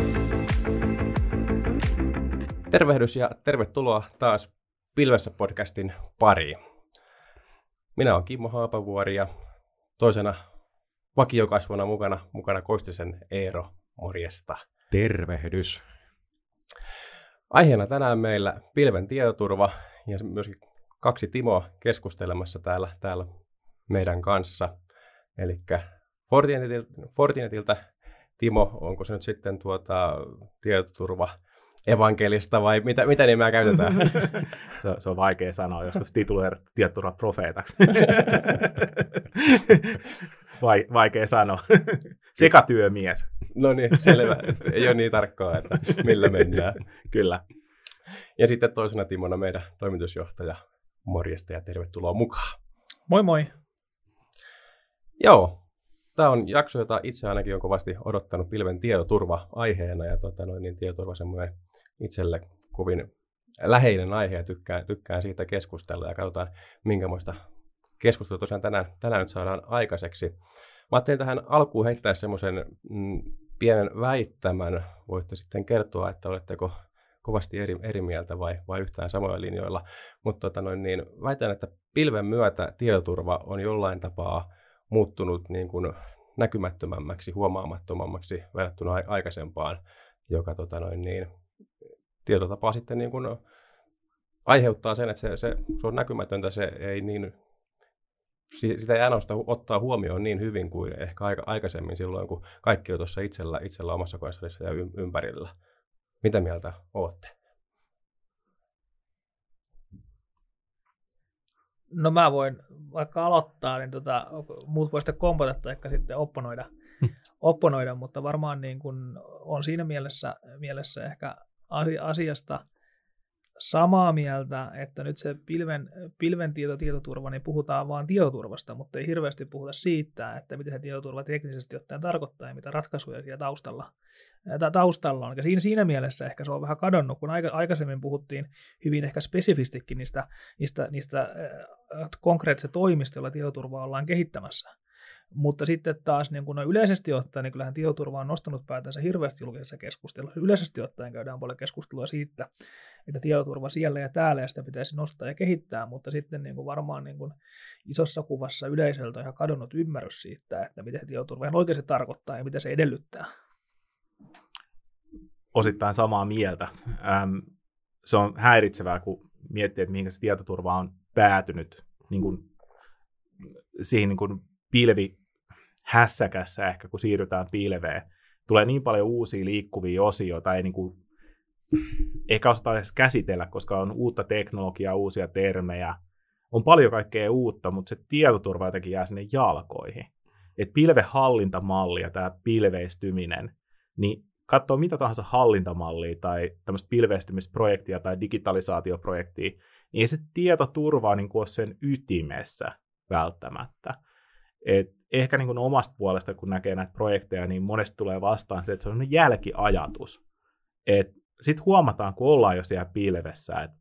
Tervehdys ja tervetuloa taas Pilvessä podcastin pariin. Minä olen Kimmo Haapavuori ja toisena vakiokasvona mukana Koistisen Eero. Morjesta. Tervehdys. Aiheena tänään meillä pilven tietoturva ja myöskin kaksi Timoa keskustelemassa täällä meidän kanssa. Eli Fortinetilta Timo, onko se nyt sitten tietoturva evankelista vai mitä nimeä käytetään? Se on vaikea sanoa, joskus tituleerat tietoturvaprofeetaksi. Vaikea sanoa. Sekatyömies. No niin, selvä. Ei ole niin tarkkaa, että millä mennään. Kyllä. Ja sitten toisena Timona meidän toimitusjohtaja. Morjesta ja tervetuloa mukaan. Moi moi. Joo, tämä on jakso, jota itse ainakin on kovasti odottanut pilven tietoturva aiheena. Ja tietoturva semmoinen itselle kovin läheinen aihe ja tykkään siitä keskustella. Ja katsotaan, minkämoista keskustelua tosiaan tänään nyt saadaan aikaiseksi. Mä ajattelin tähän alkuun heittää semmoisen pienen väittämän. Voitte sitten kertoa, että oletteko kovasti eri mieltä vai yhtään samoilla linjoilla. Mutta väitän, että pilven myötä tietoturva on jollain tapaa muuttunut niin kuin näkymättömämmäksi, huomaamattomammaksi verrattuna aikaisempaan, joka tietotapaa sitten niin kuin aiheuttaa sen, että se on näkymätöntä, se ei niin, sitä ei ainoastaan ottaa huomioon niin hyvin kuin ehkä aikaisemmin silloin, kun kaikki on tuossa itsellä omassa konsolissa ja ympärillä. Mitä mieltä olette? No mä voin vaikka aloittaa, niin muut voi sitten kompata tai sitten opponoida, mutta varmaan niin kun on siinä mielessä ehkä asiasta samaa mieltä, että nyt se pilven tietoturva, niin puhutaan vaan tietoturvasta, mutta ei hirveästi puhuta siitä, että mitä se tietoturva teknisesti ottaen tarkoittaa ja mitä ratkaisuja siellä taustalla on. Ja siinä mielessä ehkä se on vähän kadonnut, kun aikaisemmin puhuttiin hyvin ehkä spesifistikin niistä konkreettisista toimista, joilla tietoturvaa ollaan kehittämässä. Mutta sitten taas niin kun yleisesti ottaen, niin kyllähän tietoturva on nostanut päätänsä hirveästi julkisessa keskustelussa. Yleisesti ottaen käydään paljon keskustelua siitä, että tietoturva siellä ja täällä ja sitä pitäisi nostaa ja kehittää, mutta sitten niin kuin varmaan niin kuin isossa kuvassa yleisöltä on ihan kadonnut ymmärrys siitä, että mitä tietoturva oikeasti tarkoittaa ja mitä se edellyttää. Osittain samaa mieltä. Se on häiritsevää, kun miettii, että mihin se tietoturva on päätynyt niin kuin siihen niin kuin pilvihässäkässä ehkä, kun siirrytään pilveen. Tulee niin paljon uusia liikkuvia osia, joita ei niin kuin ehkä osata edes käsitellä, koska on uutta teknologiaa, uusia termejä. On paljon kaikkea uutta, mutta se tietoturva jotenkin jää sinne jalkoihin. Et pilvehallintamalli ja tämä pilveistyminen, niin katsoo mitä tahansa hallintamallia tai tämmöistä pilveistymisprojektia tai digitalisaatioprojektia, niin ei se tietoturva niin kuin ole sen ytimessä välttämättä. Et ehkä niin kuin omasta puolesta, kun näkee näitä projekteja, niin monesti tulee vastaan se, että se on jälkiajatus. Sitten huomataan, kun ollaan jo siellä pilvessä, että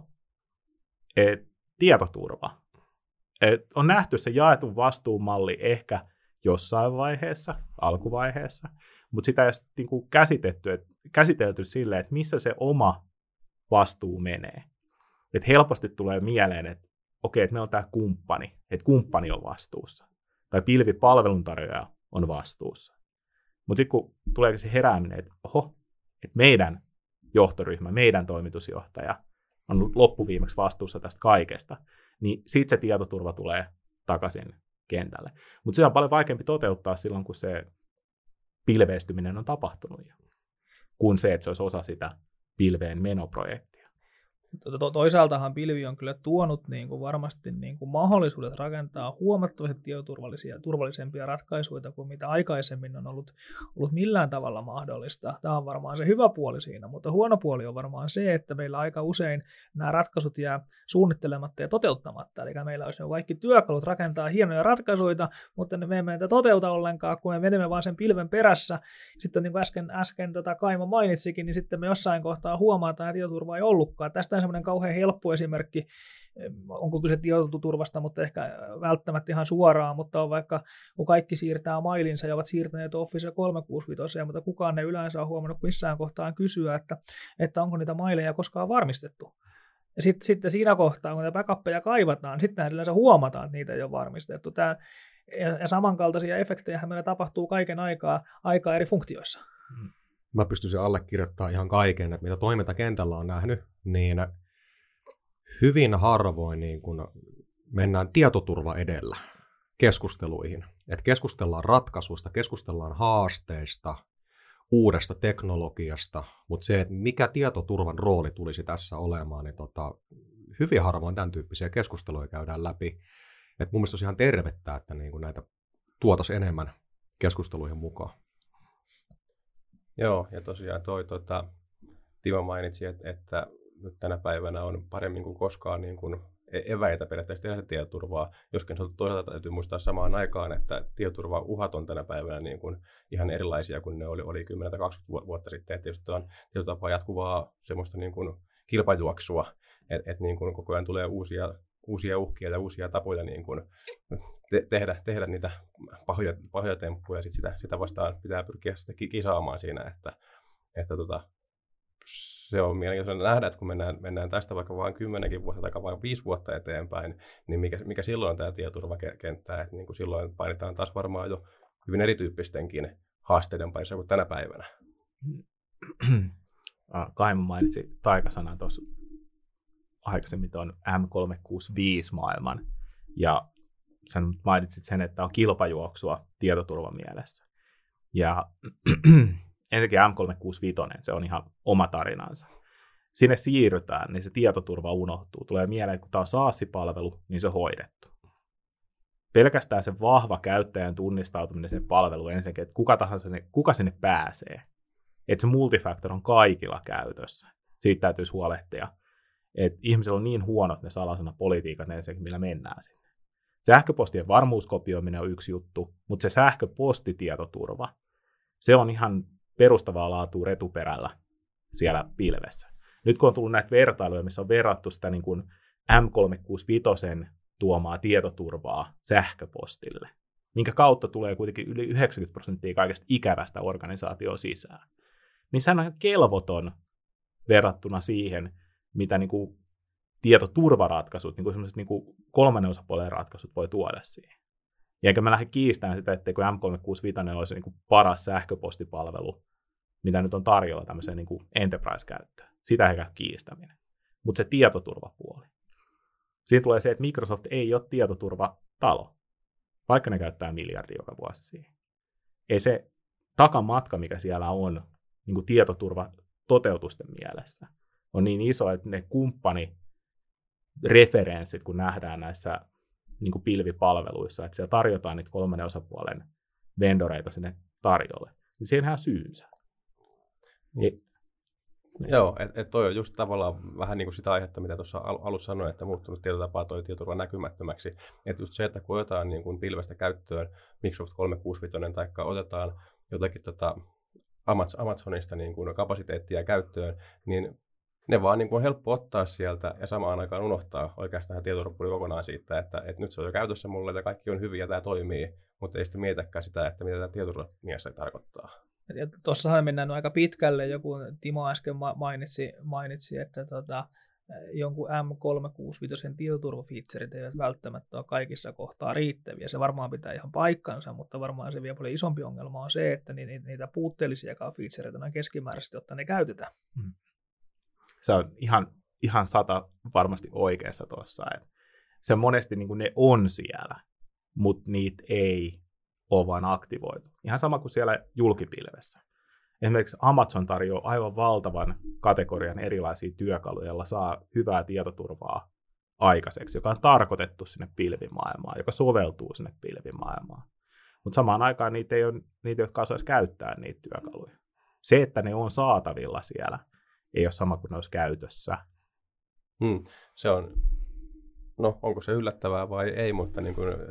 tietoturva. On nähty se jaetun vastuumalli ehkä jossain vaiheessa, alkuvaiheessa, mutta sitä ei ole niin kuin käsitelty silleen, että missä se oma vastuu menee. Et helposti tulee mieleen, että että meillä on tämä kumppani, että kumppani on vastuussa. Tai pilvipalveluntarjoaja on vastuussa. Mutta sitten kun tulee se herääminen, että että meidän johtoryhmä, meidän toimitusjohtaja on loppuviimeksi vastuussa tästä kaikesta, niin sitten se tietoturva tulee takaisin kentälle. Mutta se on paljon vaikeampi toteuttaa silloin, kun se pilveistyminen on tapahtunut jo, kuin se, että se olisi osa sitä pilveen menoprojektia. Toisaaltahan pilvi on kyllä tuonut niin kuin varmasti niin kuin mahdollisuudet rakentaa huomattavasti turvallisempia ratkaisuja kuin mitä aikaisemmin on ollut millään tavalla mahdollista. Tämä on varmaan se hyvä puoli siinä, mutta huono puoli on varmaan se, että meillä aika usein nämä ratkaisut jää suunnittelematta ja toteuttamatta. Eli meillä olisi kaikki työkalut rakentaa hienoja ratkaisuja, mutta me emme näitä toteuta ollenkaan, kun me menemme vaan sen pilven perässä. Sitten niin kuin äsken Kaimo mainitsikin, niin sitten me jossain kohtaa huomataan, että tietoturva ei ollutkaan. Tästä mitään semmoinen kauhean helppo esimerkki, onko kyse tietoturvasta, mutta ehkä välttämättä ihan suoraan, mutta on vaikka, kun kaikki siirtää mailinsa ja ovat siirtäneet Office 365, mutta kukaan ei yleensä ole huomannut missään kohtaan kysyä, että onko niitä maileja koskaan varmistettu. Ja sitten siinä kohtaa, kun niitä backuppeja kaivataan, sitten yleensä huomataan, että niitä ei ole varmistettu. Ja samankaltaisia efektejä meillä tapahtuu kaiken aikaa eri funktioissa. Mä pystyisin allekirjoittamaan ihan kaiken, että mitä toimintakentällä on nähnyt, niin hyvin harvoin niin kun mennään tietoturva edellä keskusteluihin. Että keskustellaan ratkaisuista, keskustellaan haasteista, uudesta teknologiasta, mutta se, että mikä tietoturvan rooli tulisi tässä olemaan, niin hyvin harvoin tämän tyyppisiä keskusteluja käydään läpi. Et mun mielestä olisi ihan tervettä, että niin kun näitä tuotaisiin enemmän keskusteluihin mukaan. Joo, ja tosiaan Timo mainitsi, että nyt tänä päivänä on paremmin kuin koskaan niin kuin eväitä periaatteessa tehdä tietoturvaa, joskin toisaalta täytyy muistaa samaan aikaan, että tietoturva-uhat on tänä päivänä niin kuin ihan erilaisia kuin ne oli 10 tai 20 vuotta sitten, että tietysti on tietyllä tapaa jatkuvaa semmoista niin kuin kilpajuoksua, että niin kuin koko ajan tulee uusia uhkia ja uusia tapoja niin kuin tehdä niitä pahoja temppuja, ja sitä vastaan pitää pyrkiä sitten kisaamaan siinä, että se on mielenkiintoista nähdä, että kun mennään tästä vaikka vain 10 vuotta tai vain 5 vuotta eteenpäin, niin mikä silloin on tämä tietoturvakenttä, että niin kuin silloin painitaan taas varmaan jo hyvin erityyppistenkin haasteiden parissa kuin tänä päivänä. Kaimo mainitsi taikasanan tuossa aikaisemmin tuon M365-maailman, ja sä mainitsit sen, että on kilpajuoksua tietoturvamielessä. Ja ensinnäkin M365, se on ihan oma tarinansa. Sinne siirrytään, niin se tietoturva unohtuu. Tulee mieleen, että kun tämä on SaaS-palvelu, niin se on hoidettu. Pelkästään se vahva käyttäjän tunnistautuminen sen palveluun ensinnäkin, että kuka sinne pääsee. Että se multifactor on kaikilla käytössä. Siitä täytyisi huolehtia. Että ihmisillä on niin huonot ne salasanapolitiikat ensinnäkin, millä mennään sinne. Sähköpostien varmuuskopioiminen on yksi juttu, mutta se sähköpostitietoturva, se on ihan perustavaa laatua retuperällä siellä pilvessä. Nyt kun on tullut näitä vertailuja, missä on verrattu sitä niin kuin M365 tuomaa tietoturvaa sähköpostille, minkä kautta tulee kuitenkin yli 90% kaikesta ikävästä organisaation sisään, niin sehän on ihan kelvoton verrattuna siihen, mitä niin kuin tietoturvaratkaisut, niin kuin sellaiset niin kuin kolmannen osapuolen ratkaisut voi tuoda siihen. Ja enkä mä lähde kiistämään sitä, etteikö M365 olisi niin kuin paras sähköpostipalvelu, mitä nyt on tarjolla tämmöiseen niin kuin enterprise-käyttöön. Sitä ei käy kiistäminen. Mutta se tietoturvapuoli. Siitä tulee se, että Microsoft ei ole tietoturvatalo, vaikka ne käyttää miljardia joka vuosi siihen. Ei se takamatka, mikä siellä on niin kuin tietoturvatoteutusten mielessä, on niin iso, että ne kumppanireferenssit, kun nähdään näissä niin kuin pilvipalveluissa, että siellä tarjotaan niitä kolmannen osapuolen vendoreita sinne tarjolle, niin siihenhän syynsä. Joo, että toi on just tavallaan vähän niin kuin sitä aihetta, mitä tuossa alussa sanoin, että muuttunut tietotapaa toi tietoturva näkymättömäksi. Että just se, että kun otetaan niin kuin pilvestä käyttöön Microsoft 365 tai otetaan jotakin Amazonista niin kuin kapasiteettia käyttöön, niin ne vaan niin kuin on helppo ottaa sieltä ja samaan aikaan unohtaa oikeastaan tietoturvapuoli kokonaan siitä, että nyt se on jo käytössä mulle ja kaikki on hyviä ja tämä toimii, mutta ei sitten mietitäkään sitä, että mitä tämä tietoturvamielessä tarkoittaa. Tuossahan mennään aika pitkälle, joku Timo äsken mainitsi että jonkun M365 tietoturvafeaturet eivät välttämättä ole kaikissa kohtaa riittäviä. Se varmaan pitää ihan paikkansa, mutta varmaan se vielä paljon isompi ongelma on se, että niitä puutteellisiakaan featureita on keskimääräisesti, jotta ne käytetään. Se on ihan 100 varmasti oikeassa tuossa. Se monesti niin kuin ne on siellä, mutta niitä ei ole vain aktivoitu. Ihan sama kuin siellä julkipilvessä. Esimerkiksi Amazon tarjoaa aivan valtavan kategorian erilaisia työkaluja, joilla saa hyvää tietoturvaa aikaiseksi, joka on tarkoitettu sinne pilvimaailmaan, joka soveltuu sinne pilvimaailmaan. Mutta samaan aikaan niitä ei ole, jotka osaisi käyttää niitä työkaluja. Se, että ne on saatavilla siellä, ei ole sama kuin ne olisi käytössä. Se on, no onko se yllättävää vai ei, mutta niin kuin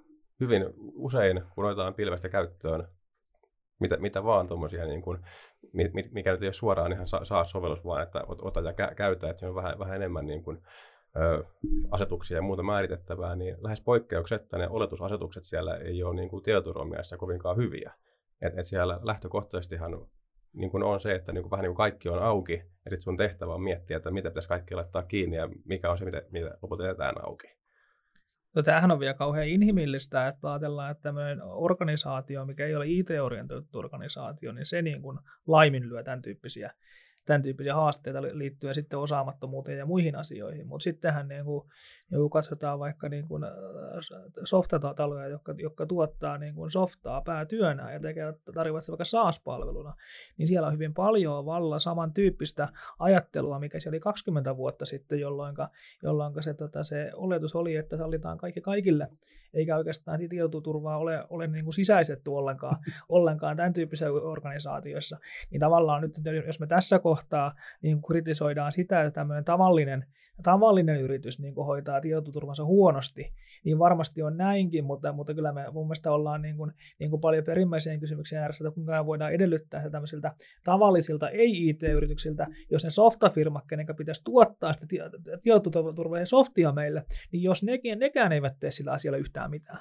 hyvin usein, kun otetaan pilvestä käyttöön, mitä vaan tuommoisia niin kuin mikä nyt ei ole suoraan ihan SaaS-sovellus, vaan että ota ja käytä, että se on vähän enemmän niin kuin, asetuksia ja muuta määritettävää, niin lähes poikkeuksetta ne oletusasetukset siellä ei ole niin kuin tietoturvamielessä kovinkaan hyviä. Et siellä lähtökohtaisestihan niin kuin on se, että niin kuin, vähän niin kuin kaikki on auki, ja sitten sun tehtävä on miettiä, että mitä pitäisi kaikki laittaa kiinni, ja mikä on se, mitä lopulta jätetään auki. No, tämähän on vielä kauhean inhimillistä, että ajatellaan, että tämmöinen organisaatio, mikä ei ole IT-orientoitu organisaatio, niin se niin kuin laiminlyö tämän tyyppisiä haasteita liittyen sitten osaamattomuuteen ja muihin asioihin. Mutta sittenhän niin kuin katsotaan vaikka niin kuin softataloja, jotka tuottaa niin kuin softaa päätyönä ja tarjoavat vaikka SaaS-palveluna, niin siellä on hyvin paljon valla samantyyppistä ajattelua, mikä siellä oli 20 vuotta sitten, jolloin se oletus oli, että sallitaan kaikki kaikille, eikä oikeastaan tietoturvaa ole niin kuin sisäistetty ollenkaan tämän tyyppisissä organisaatioissa. Niin tavallaan nyt, jos me tässä kohtaa niin kritisoidaan sitä, että tämmöinen tavallinen yritys niin hoitaa tietoturvansa huonosti, niin varmasti on näinkin, mutta kyllä me mun mielestä ollaan niin kuin paljon perimmäiseen kysymykseen ääressä, että kuinka voidaan edellyttää sitä tämmöisiltä tavallisilta ei-IT-yrityksiltä, jos ne softafirmat, kenenkä pitäisi tuottaa sitä tietoturvaa ja softia meille, niin jos nekään eivät tee sillä asialla yhtään mitään.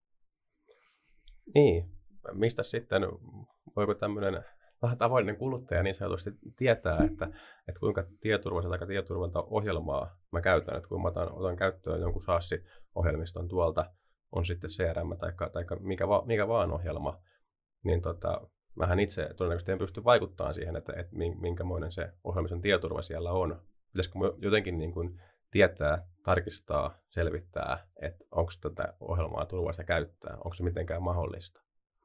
Niin, mistä sitten, voiko tämmöinen vähän tavallinen kuluttaja niin sanotusti tietää, että kuinka tietoturvallista tai tietoturvanta-ohjelmaa mä käytän, että kun mä otan käyttöön jonkun SaaS-ohjelmiston tuolta, on sitten CRM tai mikä vaan ohjelma, niin mähän itse todennäköisesti en pysty vaikuttamaan siihen, että minkämoinen se ohjelmiston tietoturva siellä on. Pitäisikö jotenkin niin kuin tietää, tarkistaa, selvittää, että onko tätä ohjelmaa turvallista käyttää, onko se mitenkään mahdollista?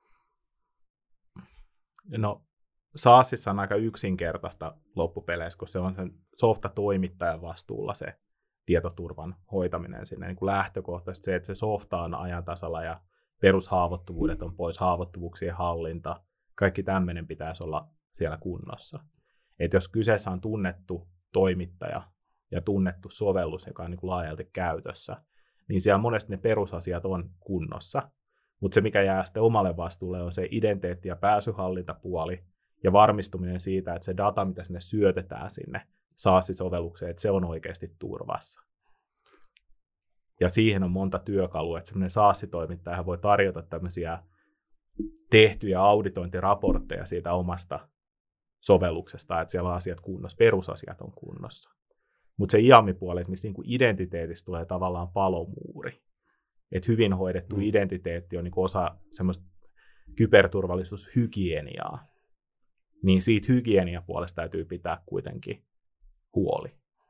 No, SaaSissa on aika yksinkertaista loppupeleissä, kun se on sen softatoimittajan vastuulla se tietoturvan hoitaminen sinne niin kuin lähtökohtaisesti. Se, että se softa on ajan tasalla ja perushaavoittuvuudet on pois, haavoittuvuuksien hallinta, kaikki tämmöinen pitäisi olla siellä kunnossa. Et jos kyseessä on tunnettu toimittaja ja tunnettu sovellus, joka on niin kuin laajalti käytössä, niin siellä monesti ne perusasiat on kunnossa. Mutta se, mikä jää sitten omalle vastuulle, on se identiteetti- ja pääsyhallintapuoli ja varmistuminen siitä, että se data, mitä sinne syötetään sinne SaaS-sovellukseen, että se on oikeasti turvassa. Ja siihen on monta työkalua, että semmoinen SaaS-toimittaja voi tarjota tämmöisiä tehtyjä auditointiraportteja siitä omasta sovelluksesta, että siellä on asiat kunnossa, perusasiat on kunnossa. Mutta se IAM-puoli, missä niinku identiteetistä tulee tavallaan palomuuri. Että hyvin hoidettu identiteetti on niinku osa semmoista kyberturvallisuushygieniaa. Niin siitä hygieniapuolesta täytyy pitää kuitenkin huoli.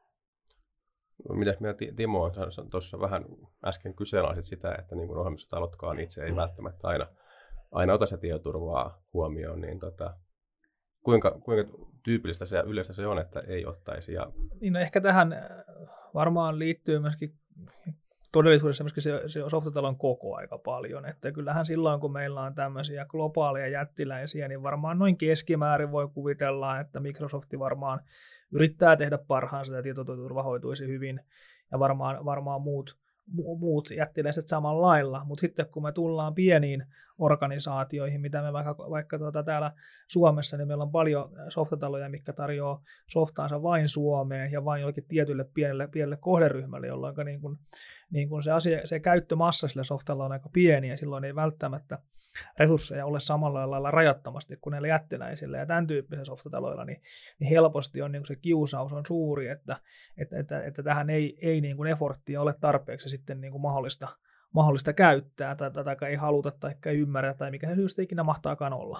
Mitäs mieltä Timo tuossa vähän äsken kyseenalaisit sitä, että niin ohjelmistotalotkaan itse ei välttämättä aina ota se tietoturvaa huomioon, niin kuinka tyypillistä se ja yleistä se on, että ei ottaisi? Niin, no ehkä tähän varmaan liittyy myöskin todellisuudessa myöskin se softatalon koko aika paljon, että kyllähän silloin, kun meillä on tämmöisiä globaaleja jättiläisiä, niin varmaan noin keskimäärin voi kuvitella, että Microsofti varmaan yrittää tehdä parhaansa ja tietoturva hoituisi hyvin, ja varmaan muut jättiläiset samalla lailla, mutta sitten kun me tullaan pieniin organisaatioihin, mitä me vaikka täällä Suomessa, niin meillä on paljon softataloja, mitkä tarjoaa softaansa vain Suomeen ja vain jollekin tietylle pienelle kohderyhmälle, jolloin niin kun se käyttömassa sillä softalla on aika pieni ja silloin ei välttämättä resursseja ole samalla lailla rajattomasti kuin näillä jättiläisillä ja tämän tyyppisillä softataloilla, niin helposti on niin se kiusaus on suuri, että tähän ei niin kuin efforttia ole tarpeeksi sitten niin kuin mahdollista käyttää tai ei haluta tai ei ymmärrä tai mikä se syystä ikinä mahtaakaan olla.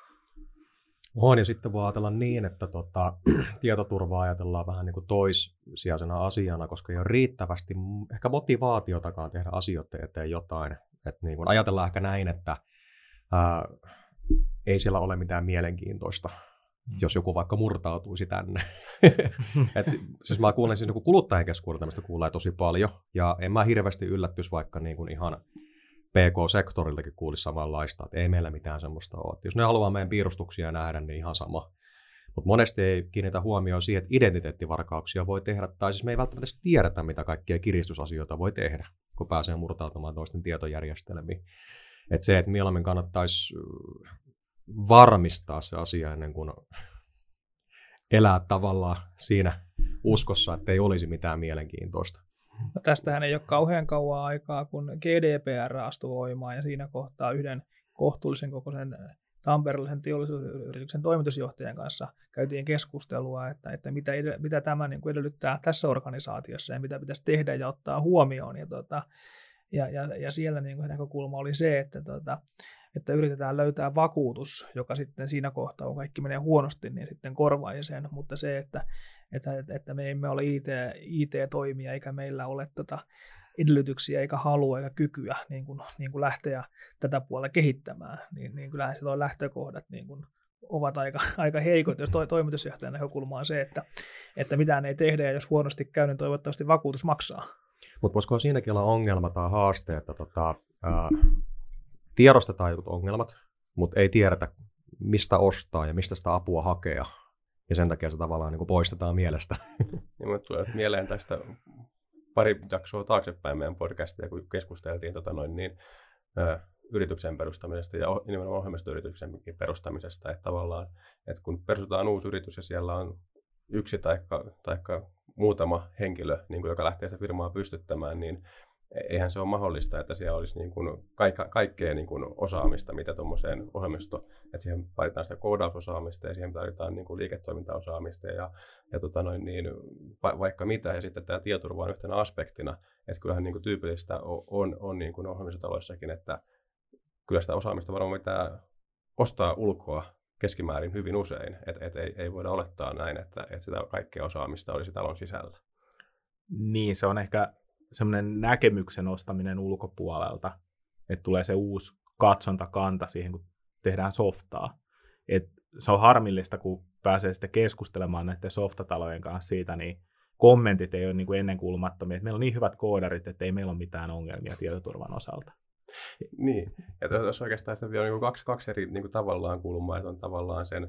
On, ja sitten voi ajatella niin, että tietoturvaa ajatellaan vähän niin kuin toissijaisena asiana, koska ei ole riittävästi ehkä motivaatiotakaan tehdä asioiden eteen jotain. Että niin kuin ajatellaan ehkä näin, että ei siellä ole mitään mielenkiintoista, jos joku vaikka murtautuisi tänne. Siis mä kuulen siis niin kuluttajien keskuudella tämmöistä kuulee tosi paljon, ja en mä hirveästi yllättyisi vaikka niin kuin ihan PK-sektoriltakin kuulisi samanlaista, että ei meillä mitään semmoista ole. Jos ne haluaa meidän piirustuksia nähdä, niin ihan sama. Mutta monesti ei kiinnitä huomioon siihen, että identiteettivarkauksia voi tehdä, tai siis me ei välttämättä tiedetä, mitä kaikkia kiristysasioita voi tehdä, kun pääsee murtautumaan toisten tietojärjestelmiin. Että se, että mieluummin kannattaisi varmistaa se asia ennen kuin elää tavallaan siinä uskossa, että ei olisi mitään mielenkiintoista. No tästähän ei ole kauhean kauan aikaa, kun GDPR astui voimaan ja siinä kohtaa yhden kohtuullisen kokoisen tamperelaisen teollisuusyrityksen toimitusjohtajan kanssa käytiin keskustelua, että mitä tämä niin kuin edellyttää tässä organisaatiossa ja mitä pitäisi tehdä ja ottaa huomioon. Ja siellä niin kuin näkökulma oli se, että yritetään löytää vakuutus, joka sitten siinä kohtaa, kun kaikki menee huonosti, niin sitten korvaa sen, mutta se, että me emme ole IT-toimija eikä meillä ole edellytyksiä eikä halua eikä kykyä niin kuin lähteä tätä puolta kehittämään, niin kyllähän silloin lähtökohdat niin kuin ovat aika heikot, jos toimitusjohtajan näkökulma on se, että mitään ei tehdä ja jos huonosti käy, niin toivottavasti vakuutus maksaa. Mutta voisiko siinäkin olla ongelma tai haaste, että tiedostetaan jotkut ongelmat, mutta ei tiedetä, mistä ostaa ja mistä sitä apua hakea. Ja sen takia se tavallaan niin kuin poistetaan mielestä. Ja minulle tulee mieleen tästä pari jaksoa taaksepäin meidän podcastia, kun keskusteltiin yrityksen perustamisesta ja nimenomaan ohjelmistoyrityksen perustamisesta. Että tavallaan, että kun perustetaan uusi yritys ja siellä on yksi tai muutama henkilö, niin kuin joka lähtee sitä firmaa pystyttämään, niin eihän se ole mahdollista, että siellä olisi niin kuin kaikkea niin kuin osaamista, mitä tuommoiseen ohjelmistoon, että siihen tarvitaan sitä koodausosaamista ja siihen tarvitaan niin kuin liiketoimintaosaamista ja vaikka mitä. Ja sitten tämä tietoturva on yhtenä aspektina, että kyllähän niin kuin tyypillistä on niin kuin ohjelmistotaloissakin, että kyllä sitä osaamista varmaan pitää ostaa ulkoa keskimäärin hyvin usein, että ei voida olettaa näin, että sitä kaikkea osaamista olisi talon sisällä. Niin, se on ehkä semmoinen näkemyksen ostaminen ulkopuolelta, että tulee se uusi katsontakanta siihen, kun tehdään softaa. Et se on harmillista, kun pääsee sitten keskustelemaan näiden softatalojen kanssa siitä, niin kommentit ei ole niin kuin ennenkuulumattomia. Meillä on niin hyvät koodarit, että ei meillä ole mitään ongelmia tietoturvan osalta. Niin, ja tässä oikeastaan sitä vielä on kaksi eri niin kuin tavallaan kulmaa, että on tavallaan sen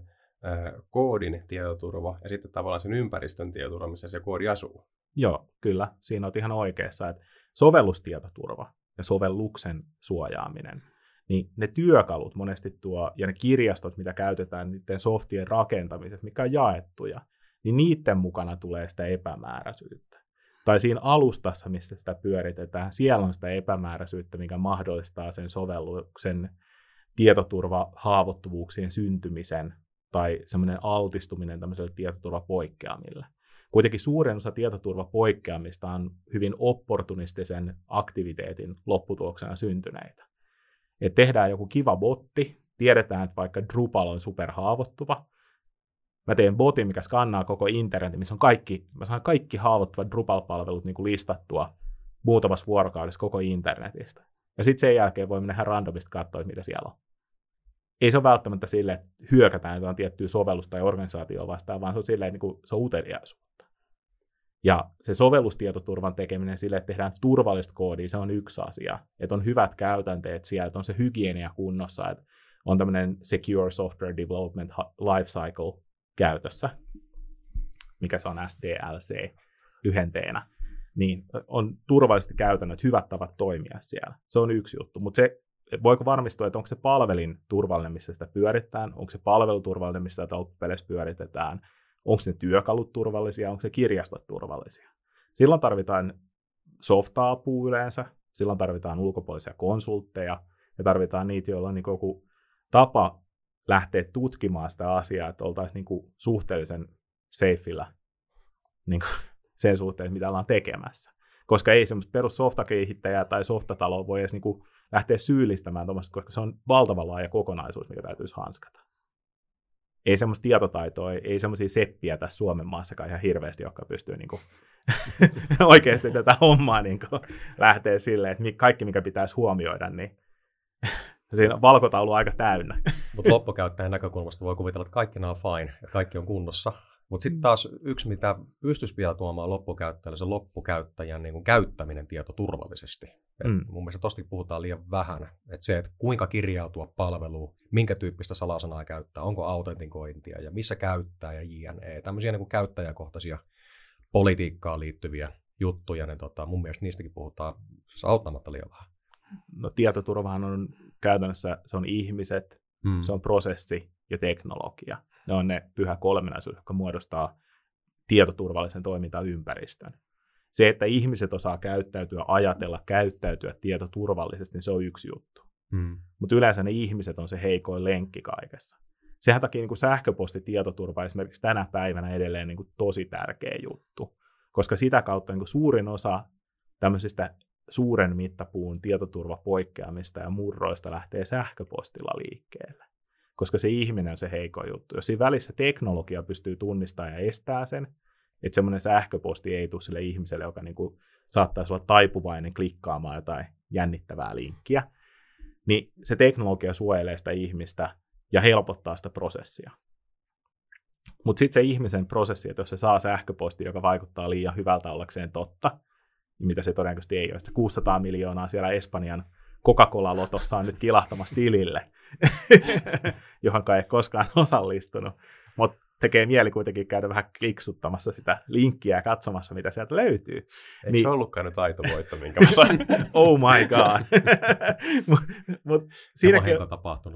koodin tietoturva ja sitten tavallaan sen ympäristön tietoturva, missä se koodi asuu. Joo, kyllä. Siinä on ihan oikeassa, että sovellustietoturva ja sovelluksen suojaaminen, niin ne työkalut monesti ja ne kirjastot, mitä käytetään niiden softien rakentamisessa, mikä on jaettuja, niin niiden mukana tulee sitä epämääräisyyttä. Tai siinä alustassa, missä sitä pyöritetään, siellä on sitä epämääräisyyttä, mikä mahdollistaa sen sovelluksen tietoturvahaavoittuvuuksien syntymisen tai semmoinen altistuminen tämmöiselle tietoturvapoikkeamille. Kuitenkin suurin osa tietoturvapoikkeamista on hyvin opportunistisen aktiviteetin lopputuloksena syntyneitä. Et tehdään joku kiva botti, tiedetään, että vaikka Drupal on superhaavoittuva. Mä teen botin, mikä skannaa koko internetin, missä on mä saan kaikki haavoittuvat Drupal-palvelut niin kuin listattua muutamassa vuorokaudessa koko internetistä. Ja sitten sen jälkeen voi mennä ihan randomista katsoa, mitä siellä on. Ei se ole välttämättä silleen, että hyökätään jotain tiettyä sovellusta tai organisaatioon vastaan, vaan se on silleen, että se on uteliaisuutta. Ja se sovellustietoturvan tekeminen silleen, että tehdään turvallista koodia, se on yksi asia. Että on hyvät käytänteet siellä, että on se hygienia kunnossa, että on tämmöinen Secure Software Development Lifecycle käytössä, mikä se on SDLC lyhenteenä, niin on turvallisesti käytännöt, hyvät tavat toimia siellä. Se on yksi juttu, mutta se, voiko varmistua, että onko se palvelin turvallinen, missä sitä pyöritetään, onko se palvelu turvallinen, missä sitä loppupeleissä pyöritetään, onko ne työkalut turvallisia, onko se kirjastot turvallisia. Silloin tarvitaan softa-apua yleensä, silloin tarvitaan ulkopuolisia konsultteja ja tarvitaan niitä, joilla on niin joku tapa lähteä tutkimaan sitä asiaa, että oltaisiin niin kuin suhteellisen safeillä niin kuin sen suhteen, mitä ollaan tekemässä. Koska ei semmoista perus softakehittäjää tai softataloa voi edes niin kuin lähteä syyllistämään tuommoista, koska se on valtavan laaja kokonaisuus, mikä täytyisi hanskata. Ei semmoista tietotaitoa, ei semmoisia seppiä tässä Suomen maassakaan ihan hirveästi, jotka pystyy niin kuin oikeasti tätä hommaa niin kuin lähteä silleen, että kaikki, mikä pitäisi huomioida, niin siinä valkotaulu on aika täynnä. Mutta loppukäyttäjän näkökulmasta voi kuvitella, että kaikki on fine, että kaikki on kunnossa. Mutta sitten taas yksi, mitä pystyisi vielä tuomaan loppukäyttäjälle, se loppukäyttäjän niin kuin käyttäminen tietoturvallisesti. Mun mielestä tosta puhutaan liian vähän. Että se, että kuinka kirjautua palveluun, minkä tyyppistä salasanaa käyttää, onko autentikointia ja missä käyttää ja jne. Tämmöisiä niin kuin käyttäjäkohtaisia politiikkaan liittyviä juttuja, niin mun mielestä niistäkin puhutaan auttamatta liian vähän. No tietoturvahan on käytännössä, se on ihmiset, Se on prosessi ja teknologia. Ne on ne pyhä kolminaisuus, joka muodostaa tietoturvallisen toimintaympäristön. Se, että ihmiset osaa käyttäytyä, ajatella, käyttäytyä tietoturvallisesti, niin se on yksi juttu. Mutta yleensä ne ihmiset on se heikoin lenkki kaikessa. Sehän takia niin kuin sähköpostitietoturva esimerkiksi tänä päivänä edelleen niin kuin tosi tärkeä juttu, koska sitä kautta niin kuin suurin osa tämmöisistä suuren mittapuun tietoturvapoikkeamista ja murroista lähtee sähköpostilla liikkeelle, koska se ihminen on se heikoin juttu. Jos siinä välissä teknologia pystyy tunnistamaan ja estää sen, että semmoinen sähköposti ei tule sille ihmiselle, joka niin kuin saattaisi olla taipuvainen klikkaamaan jotain jännittävää linkkiä, niin se teknologia suojelee sitä ihmistä ja helpottaa sitä prosessia. Mutta sitten se ihmisen prosessi, että jos se saa sähköposti, joka vaikuttaa liian hyvältä ollakseen totta, niin mitä se todennäköisesti ei ole. Se 600 miljoonaa siellä Espanjan Coca-Cola-lotossa on nyt kilahtamassa tilille, johon ei koskaan osallistunut. Mutta tekee mieli kuitenkin käydä vähän kliksuttamassa sitä linkkiä ja katsomassa, mitä sieltä löytyy. Eikö se ollutkaan nyt aito voitto, minkä mä sain? Oh my god. Siinäkin on tapahtunut.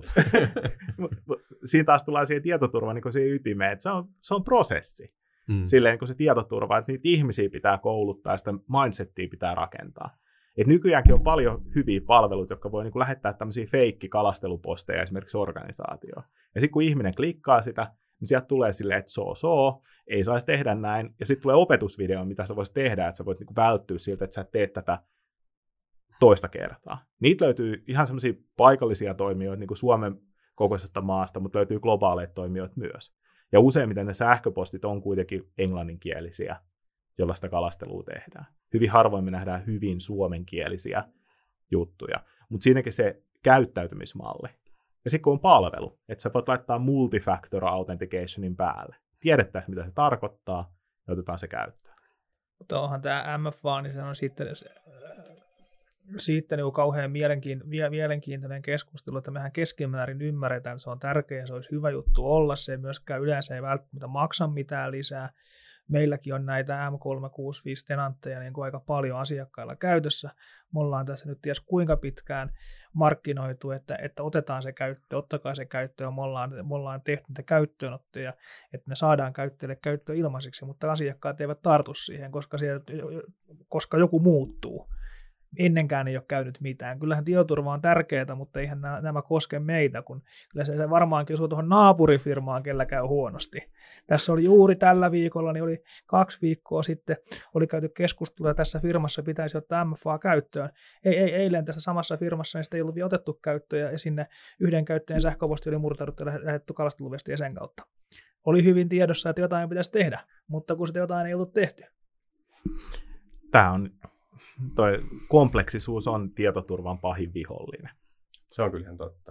Siinä taas tullaan siihen tietoturvaan niin siihen ytimeen, että se on prosessi. Silleen kun se tietoturva, että niitä ihmisiä pitää kouluttaa ja sitä mindsettiä pitää rakentaa. Et nykyäänkin on paljon hyviä palveluita, jotka voi niin lähettää tämmöisiä feikki-kalasteluposteja esimerkiksi organisaatioon. Ja sitten kun ihminen klikkaa sitä, niin sieltä tulee silleen, että ei saisi tehdä näin. Ja sitten tulee opetusvideo, mitä sä voisit tehdä, että sä voit niin välttyä siltä, että sä et tee tätä toista kertaa. Niitä löytyy ihan semmoisia paikallisia toimijoita niin kuin Suomen kokoisesta maasta, mutta löytyy globaaleita toimijoita myös. Ja useimmiten ne sähköpostit on kuitenkin englanninkielisiä, jolla sitä kalastelua tehdään. Hyvin harvoin me nähdään hyvin suomenkielisiä juttuja, mutta siinäkin se käyttäytymismalli. Ja sitten kun on palvelu, että sä voit laittaa multifactor authenticationin päälle. Tiedettäisiin, mitä se tarkoittaa, ja otetaan se käyttöön. Mutta onhan tämä MFA, niin se on sitten niin kauhean mielenkiintoinen keskustelu, että mehän keskimäärin ymmärretään, että se on tärkeä, se olisi hyvä juttu olla, se ei myöskään yleensä ei välttämättä maksa mitään lisää. Meilläkin on näitä M365-tenantteja niin kuin aika paljon asiakkailla käytössä. Me ollaan tässä nyt ties kuinka pitkään markkinoitu, että otetaan se käyttöön, ottakaa se käyttöön. Me ollaan tehty niitä käyttöönottoja, että ne saadaan käyttäjille käyttöön ilmaiseksi, mutta asiakkaat eivät tartu siihen, koska joku muuttuu. Ennenkään ei ole käynyt mitään. Kyllähän tietoturva on tärkeää, mutta eihän nämä koske meitä, kun kyllä se varmaankin osuu tuohon naapurifirmaan, kellä käy huonosti. Tässä oli juuri tällä viikolla, niin oli 2 viikkoa sitten, oli käyty keskustelua, että tässä firmassa pitäisi ottaa MFA käyttöön. Eilen tässä samassa firmassa niin sitä ei ollut vielä otettu käyttöön, ja sinne yhden käyttäjän sähköposti oli murtauduttu ja lähetetty kalasteluvesti sen kautta. Oli hyvin tiedossa, että jotain pitäisi tehdä, mutta kun sitä jotain ei ollut tehty. Tämä on... Toi kompleksisuus on tietoturvan pahin vihollinen. Se on kyllä ihan totta.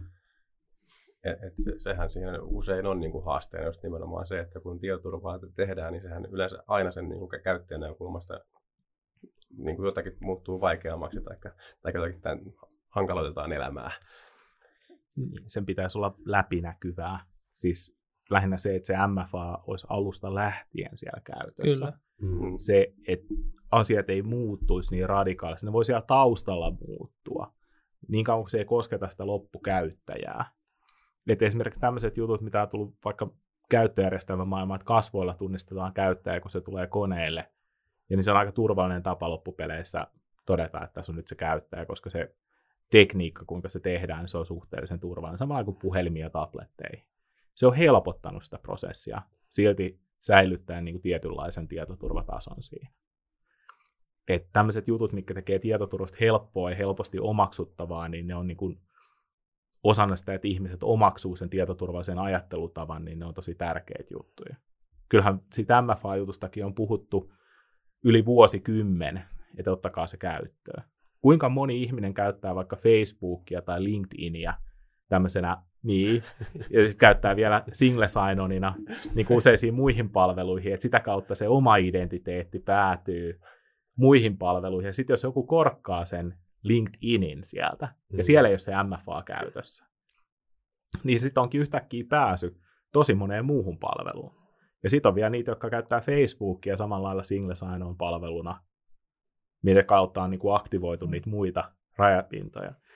Sehän siinä usein on niin kuin haasteena just nimenomaan se, että kun tietoturvaa tehdään, niin sehän yleensä aina sen niin kuin käyttäjän näkökulmasta niin kuin jotakin muuttuu vaikeammaksi tai jotakin hankaloitetaan elämää. Sen pitäisi olla läpinäkyvää. Siis lähinnä se, että se MFA olisi alusta lähtien siellä käytössä. Kyllä. Se, että asiat ei muuttuisi niin radikaalisti. Ne voi siellä taustalla muuttua. Niin kauan kuin se ei kosketa sitä loppukäyttäjää. Et esimerkiksi tämmöiset jutut, mitä on tullut vaikka käyttöjärjestelmän maailmaan, että kasvoilla tunnistetaan käyttäjä, kun se tulee koneelle. Ja niin se on aika turvallinen tapa loppupeleissä todeta, että tässä on nyt se käyttäjä, koska se tekniikka, kuinka se tehdään, niin se on suhteellisen turvallinen. Samalla kuin puhelimia ja tabletteihin. Se on helpottanut sitä prosessia, silti säilyttäen niin kuin tietynlaisen tietoturvatason siinä. Että tämmöiset jutut, mitkä tekee tietoturvasta helppoa ja helposti omaksuttavaa, niin ne on niin kuin osana sitä, että ihmiset omaksuu sen tietoturvallisen ajattelutavan, niin ne on tosi tärkeitä juttuja. Kyllähän siitä MFA-jutustakin on puhuttu yli vuosikymmen, että ottakaa se käyttöön. Kuinka moni ihminen käyttää vaikka Facebookia tai LinkedInia tämmöisenä, niin, ja sitten käyttää vielä single sign-onina niin kuin useisiin muihin palveluihin, että sitä kautta se oma identiteetti päätyy muihin palveluihin, ja sitten jos joku korkkaa sen LinkedInin sieltä, ja siellä ei ole se MFA käytössä, niin sitten onkin yhtäkkiä pääsy tosi moneen muuhun palveluun. Ja sitten on vielä niitä, jotka käyttää Facebookia samalla lailla single sign-on palveluna, mitä kautta on niin kuin aktivoitu niitä muita rajapintoja.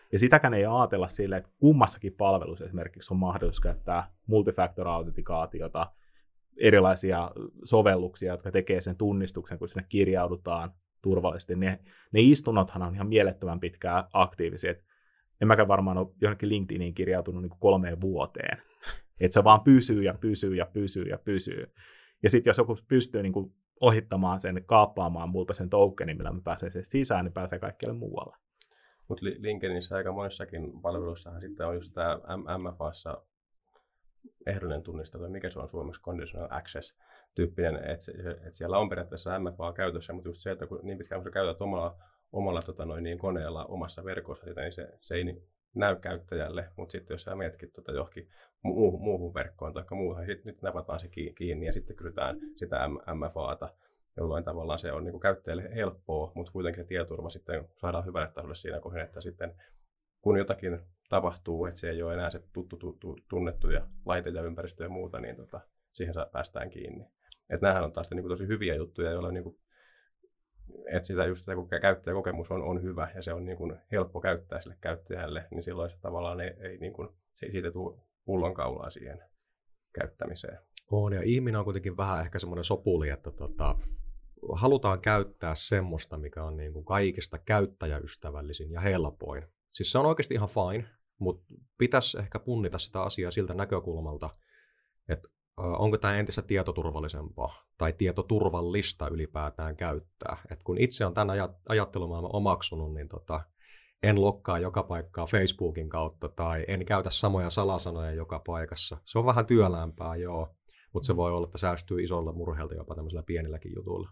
Ja sitäkään ei ajatella silleen, että kummassakin palvelussa esimerkiksi on mahdollisuus käyttää multifactor-autentikaatiota, erilaisia sovelluksia, jotka tekee sen tunnistuksen, kun sinne kirjaudutaan turvallisesti. Ne istunnothan on ihan mielettömän pitkään aktiivisia. En mäkään varmaan ole johonkin LinkedIniin kirjautunut niin kuin 3 vuoteen. Että se vaan pysyy ja pysyy ja pysyy ja pysyy. Ja sitten jos joku pystyy niin kuin ohittamaan sen, kaappaamaan multa sen tokenin, millä mä pääsen sisään, niin pääsee kaikkialle muualle. Mutta LinkedInissä aika monissakin palveluissahan sitten on just tämä MFAssa ehdollinen tunnistelu, mikä se on suomeksi, conditional access-tyyppinen, että siellä on periaatteessa MFA käytössä, mutta just se, että kun niin pitkään kun sä käytät omalla koneella omassa verkossa, niin se ei näy käyttäjälle, mutta sitten jos sä mietkin johonkin muuhun verkkoon tai muuhun, niin sitten napataan se kiinni ja sitten kysytään sitä MFAta, jolloin tavallaan se on niin kuin käyttäjälle helppoa, mutta kuitenkin se tietoturva sitten saadaan hyvälle tasolle siinä kohdassa, että sitten kun jotakin tapahtuu, että se ei ole enää se tunnettuja laitteita, ympäristöä ja muuta, niin siihen päästään kiinni. Että nämähän on taas niin kuin tosi hyviä juttuja, joilla niin kuin, että sitä just kun käyttäjäkokemus on hyvä ja se on niin kuin helppo käyttää sille käyttäjälle, niin silloin se tavallaan ei niin kuin, siitä tule pullonkaulaa siihen käyttämiseen. On, ja ihminen on kuitenkin vähän ehkä semmoinen sopuli, että halutaan käyttää semmoista, mikä on niin kuin kaikista käyttäjäystävällisin ja helpoin. Siis se on oikeasti ihan fine, mutta pitäisi ehkä punnita sitä asiaa siltä näkökulmalta, että onko tämä entistä tietoturvallisempaa tai tietoturvallista ylipäätään käyttää. Et kun itse on tämän ajattelumaailman omaksunut, niin en lokkaa joka paikkaa Facebookin kautta tai en käytä samoja salasanoja joka paikassa. Se on vähän työlämpää, joo, mutta se voi olla, että säästyy isolla murheelta jopa tämmöisillä pienilläkin jutuilla.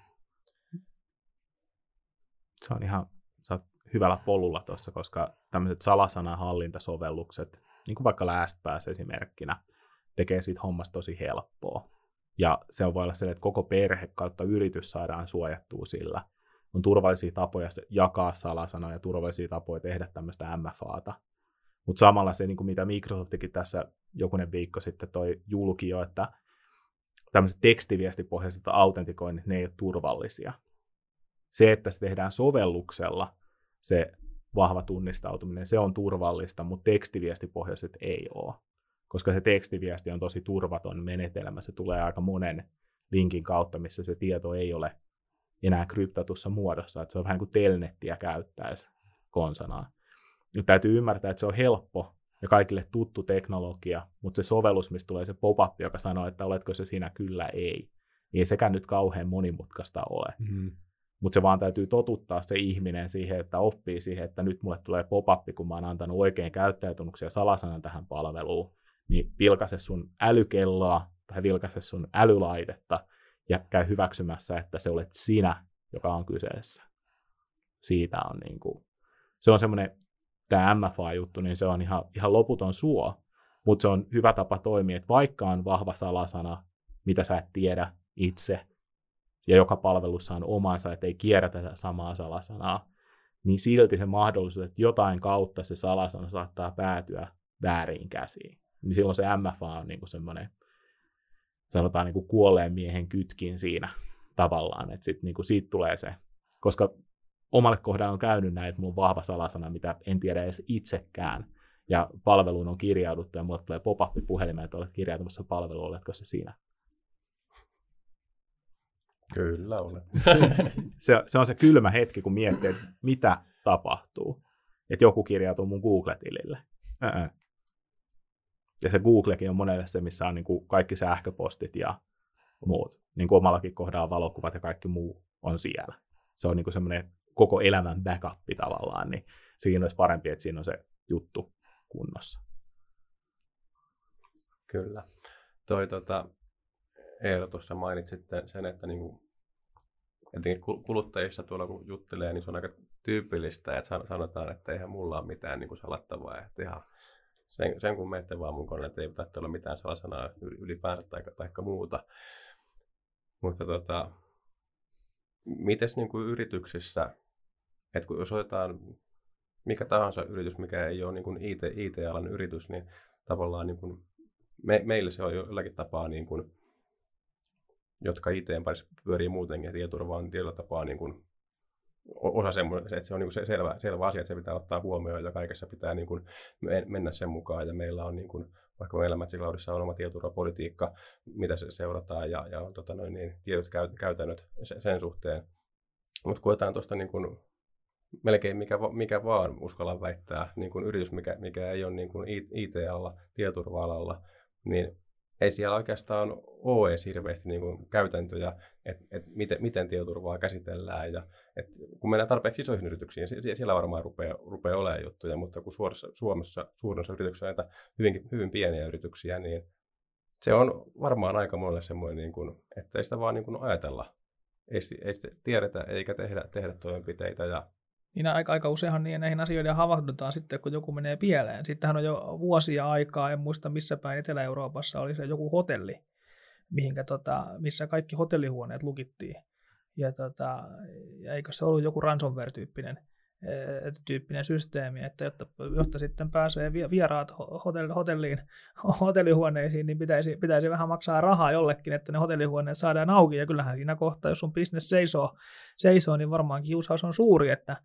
Se on ihan, sä oot hyvällä polulla tuossa, koska tämmöiset salasanahallintasovellukset, niin kuin vaikka LastPass esimerkkinä, tekee siitä hommasta tosi helppoa. Ja se voi olla se, että koko perhe kautta yritys saadaan suojattua sillä. On turvallisia tapoja jakaa salasanoja ja turvallisia tapoja tehdä tämmöistä MFAta. Mutta samalla se, niin kuin mitä Microsoftikin tässä jokunen viikko sitten toi julki jo, että tämmöiset tekstiviestipohjaiset autentikoinnit, ne ei ole turvallisia. Se, että se tehdään sovelluksella, se vahva tunnistautuminen, se on turvallista, mutta tekstiviestipohjaiset ei ole. Koska se tekstiviesti on tosi turvaton menetelmä, se tulee aika monen linkin kautta, missä se tieto ei ole enää kryptatussa muodossa, että se on vähän kuin telnettiä käyttäisi konsanaan. Nyt täytyy ymmärtää, että se on helppo ja kaikille tuttu teknologia, mutta se sovellus, mistä tulee se pop-up, joka sanoo, että oletko se sinä, kyllä, ei, niin ei sekään nyt kauhean monimutkaista ole. Mm-hmm. Mutta se vaan täytyy totuttaa se ihminen siihen, että oppii siihen, että nyt mulle tulee pop-up, kun mä oon antanut oikein käyttäjätunnuksia ja salasanan tähän palveluun, niin vilkaise sun älykelloa tai vilkaise sun älylaitetta ja käy hyväksymässä, että se olet sinä, joka on kyseessä. Siitä on niinku, se on semmoinen, tämä MFA-juttu, niin se on ihan loputon suo, mutta se on hyvä tapa toimia, että vaikka on vahva salasana, mitä sä et tiedä itse, ja joka palvelussa on omansa, että ei kierrätä tätä samaa salasanaa, niin silti se mahdollisuus, että jotain kautta se salasana saattaa päätyä vääriin käsiin. Niin silloin se MFA on niinku semmoinen, sanotaan niinku kuolleen miehen kytkin siinä tavallaan, että sit niinku siitä tulee se, koska omalle kohdalle on käynyt näin, että mulla on vahva salasana, mitä en tiedä edes itsekään, ja palveluun on kirjauduttu, ja mulle tulee pop-up puhelimeen, että olet kirjautumassa palveluun, oletko se siinä? Kyllä olen. se on se kylmä hetki, kun miettii, että mitä tapahtuu, että joku kirjautuu mun Google-tilille. Ja se Googlekin on monelle se, missä on niin kuin kaikki sähköpostit ja muut. Niin kuin omallakin kohdalla valokuvat ja kaikki muu on siellä. Se on niin kuin semmoinen koko elämän backup tavallaan, niin siinä olisi parempi, että siinä on se juttu kunnossa. Kyllä. Eero tuossa mainitsit sen, että niinku, etenkin kuluttajissa tuolla kun juttelee, niin se on aika tyypillistä, että sanotaan, että eihän mulla ole mitään niinku salattavaa. Että ihan sen kun menette vaan mun koneelle, että ei tarvitse olla mitään salasanaa ylipäänsä tai muuta. Mutta mites niinku yrityksissä, että jos otetaan mikä tahansa yritys, mikä ei ole niinku IT-alan yritys, niin tavallaan niinku meillä se on jollakin tapaa niinku, jotka IT:n parissa pyörii muutenkin, ja tietoturva on tietyllä tapaa niin kuin osa semmoinen, että se on niin kuin selvä asia, että se pitää ottaa huomioon ja kaikessa pitää niin kuin mennä sen mukaan. Ja meillä on niin kuin, vaikka meillä Match Cloudissa on oma tietoturvapolitiikka, mitä se seurataan ja on tietyt käytännöt sen suhteen. Mutta koetaan tuosta niin kuin melkein mikä vaan uskallan väittää, niin kuin yritys, mikä ei ole niin kuin IT-alalla, tietoturva-alalla, niin ei siellä oikeastaan ole edes hirveästi niin kuin käytäntöjä, että miten tietoturvaa käsitellään. Ja, kun mennään tarpeeksi isoihin yrityksiin, siellä varmaan rupeaa olemaan juttuja, mutta kun Suomessa suurin osa yrityksiä näitä hyvin pieniä yrityksiä, niin se on varmaan aika monelle semmoinen, niin kuin, että ei sitä vaan niin kuin ajatella. Ei sitä tiedetä eikä tehdä toimenpiteitä. Niin aika useinhan niin näihin asioihin havahdutaan sitten, kun joku menee pieleen. Sittenhän on jo vuosia aikaa, en muista missä päin Etelä-Euroopassa oli se joku hotelli, missä kaikki hotellihuoneet lukittiin. Ja eikö se ollut joku ransomware-tyyppinen systeemi, että jotta sitten pääsee vieraat hotellihuoneisiin, niin pitäisi vähän maksaa rahaa jollekin, että ne hotellihuoneet saadaan auki. Ja kyllähän siinä kohtaa, jos sun business seisoo, niin varmaan kiusaus on suuri, että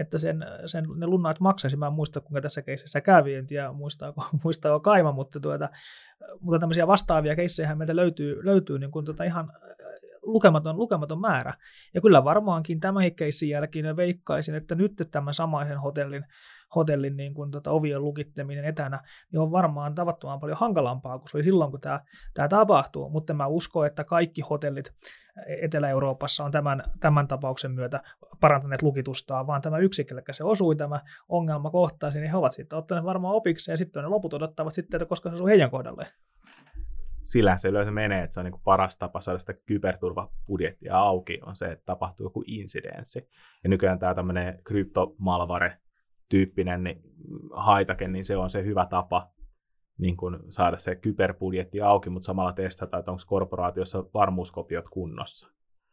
ne lunnaat maksaisi. Mä en muista, kuinka tässä keississä kävi, en tiedä muistaako Kaima, mutta tämmöisiä vastaavia keissejä meiltä löytyy niin kuin ihan lukematon määrä. Ja kyllä varmaankin tämänkin keissin jälkeen veikkaisin, että nyt tämän samaisen hotellin niin kuin ovien lukittaminen etänä niin on varmaan tavattoman paljon hankalampaa kuin se oli silloin, kun tämä tapahtuu. Mutta mä uskon, että kaikki hotellit Etelä-Euroopassa on tämän tapauksen myötä parantaneet lukitustaan, vaan tämä yksikö, se osui tämä ongelma kohtaisi, niin he ovat sitten ottaneet varmaan opiksi ja sitten ne loput odottavat sitten, että koska se osuu heidän kohdalleen. Sillä se yleensä menee, että se on niin kuin paras tapa saada sitä kyberturvabudjettia auki, on se, että tapahtuu joku insidenssi. Ja nykyään tämä tämmöinen kryptomalware-tyyppinen haitake, niin se on se hyvä tapa niin kuin saada se kyberbudjetti auki, mutta samalla testata, että onko korporaatiossa varmuuskopiot kunnossa.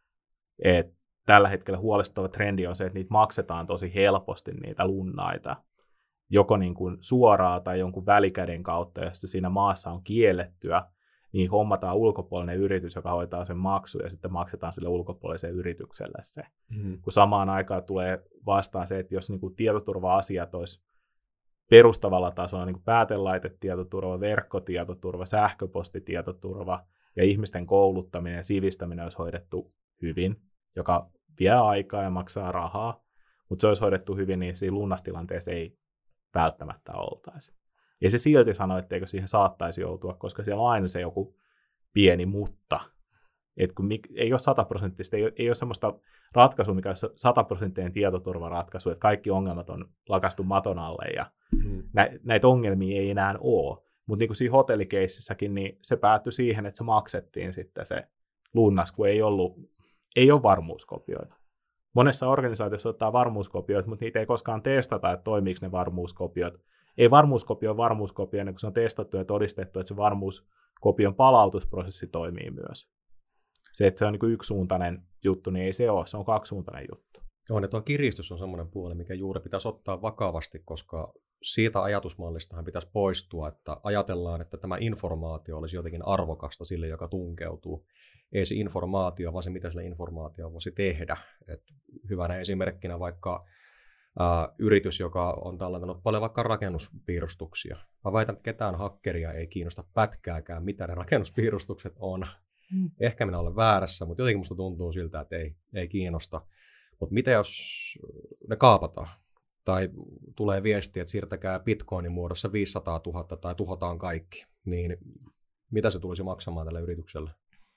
Tällä hetkellä huolestuttava trendi on se, että niitä maksetaan tosi helposti, niitä lunnaita, joko niin kuin suoraan tai jonkun välikäden kautta, jos se siinä maassa on kiellettyä, niin hommataan ulkopuolinen yritys, joka hoitaa sen maksun, ja sitten maksetaan sille ulkopuoliselle yritykselle se. Kun samaan aikaan tulee vastaan se, että jos niin kuin tietoturva-asiat olisi perustavalla tasolla, niin kuin päätelaitetietoturva, verkkotietoturva, sähköpostitietoturva ja ihmisten kouluttaminen ja sivistäminen olisi hoidettu hyvin, joka vie aikaa ja maksaa rahaa, mutta se olisi hoidettu hyvin, niin siinä lunnastilanteessa ei välttämättä oltaisi. Ja se silti sanoi, etteikö siihen saattaisi joutua, koska siellä on aina se joku pieni mutta. Et kun ei ole 100%, ei ole sellaista ratkaisua, mikä on 100% tietoturvaratkaisu, että kaikki ongelmat on lakastu maton alle ja näitä ongelmia ei enää ole. Mutta niin kuin siinä hotellikeississäkin, niin se päättyi siihen, että se maksettiin sitten se lunnas, kun ei ole varmuuskopioita. Monessa organisaatiossa ottaa varmuuskopioita, mutta niitä ei koskaan testata, että toimiiko ne varmuuskopiot. Ei varmuuskopio ole varmuuskopio, ennen kuin se on testattu ja todistettu, että se varmuuskopion palautusprosessi toimii myös. Se, että se on niin kuin yksisuuntainen juttu, niin ei se ole, se on kaksisuuntainen juttu. Joo, ja tuo kiristys on semmoinen puoli, mikä juuri pitäisi ottaa vakavasti, koska siitä ajatusmallistahan pitäisi poistua, että ajatellaan, että tämä informaatio olisi jotenkin arvokasta sille, joka tunkeutuu. Ei se informaatio, vaan se, mitä sille informaatio voisi tehdä. Et hyvänä esimerkkinä vaikka yritys, joka on tallentanut paljon vaikka rakennuspiirustuksia. Mä väitän, että ketään hakkeria ei kiinnosta pätkääkään, mitä ne rakennuspiirustukset on. Ehkä minä olen väärässä, mutta jotenkin musta tuntuu siltä, että ei kiinnosta. Mutta mitä jos ne kaapataan? Tai tulee viesti, että siirtäkää bitcoinin muodossa 500 000 tai tuhotaan kaikki. Niin mitä se tulisi maksamaan tälle yritykselle?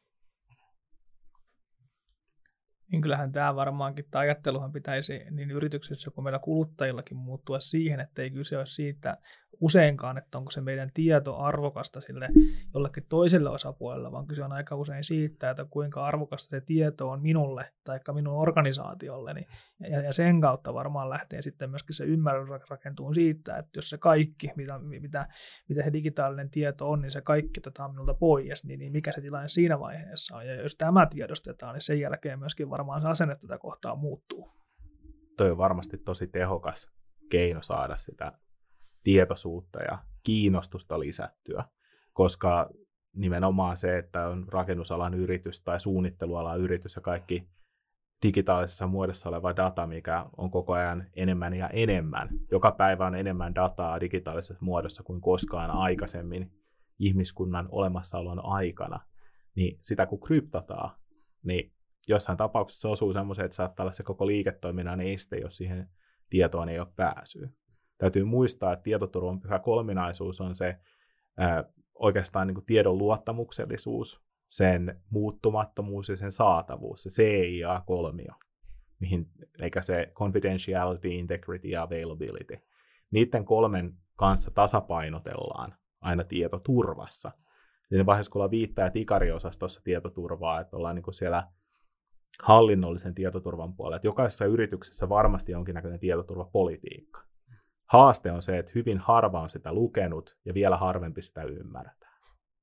Niin kyllähän tämä varmaankin, tämä ajatteluhan pitäisi niin yrityksissä kuin meillä kuluttajillakin muuttua siihen, että ei kyse ole siitä useinkaan, että onko se meidän tieto arvokasta sille jollekin toiselle osapuolelle, vaan kyse on aika usein siitä, että kuinka arvokasta se tieto on minulle tai minun organisaatiolleni. Ja sen kautta varmaan lähtee sitten myöskin se ymmärrys rakentuu siitä, että jos se kaikki, mitä se digitaalinen tieto on, niin se kaikki otetaan minulta pois, niin mikä se tilanne siinä vaiheessa on. Ja jos tämä tiedostetaan, niin sen jälkeen myöskin varmaan se asenne tätä kohtaa muuttuu. Toi on varmasti tosi tehokas keino saada sitä tietoisuutta ja kiinnostusta lisättyä, koska nimenomaan se, että on rakennusalan yritys tai suunnittelualan yritys ja kaikki digitaalisessa muodossa oleva data, mikä on koko ajan enemmän ja enemmän. Joka päivä on enemmän dataa digitaalisessa muodossa kuin koskaan aikaisemmin ihmiskunnan olemassaolon aikana. Niin sitä kun kryptataan, niin jossain tapauksessa osuu semmoiseen, että saattaa olla se koko liiketoiminnan este, jos siihen tietoon ei ole pääsyä. Täytyy muistaa, että tietoturvan pyhä kolminaisuus on se oikeastaan niin kuin tiedon luottamuksellisuus, sen muuttumattomuus ja sen saatavuus, se CIA-kolmio, eikä se confidentiality, integrity ja availability. Niiden kolmen kanssa tasapainotellaan aina tietoturvassa. Siinä vaiheessa, kun ollaan viittäjät ikariosastossa tietoturvaa, että ollaan niin kuin siellä hallinnollisen tietoturvan puolella, että jokaisessa yrityksessä varmasti jonkinnäköinen tietoturvapolitiikka. Haaste on se, että hyvin harva on sitä lukenut ja vielä harvempi sitä ymmärtää.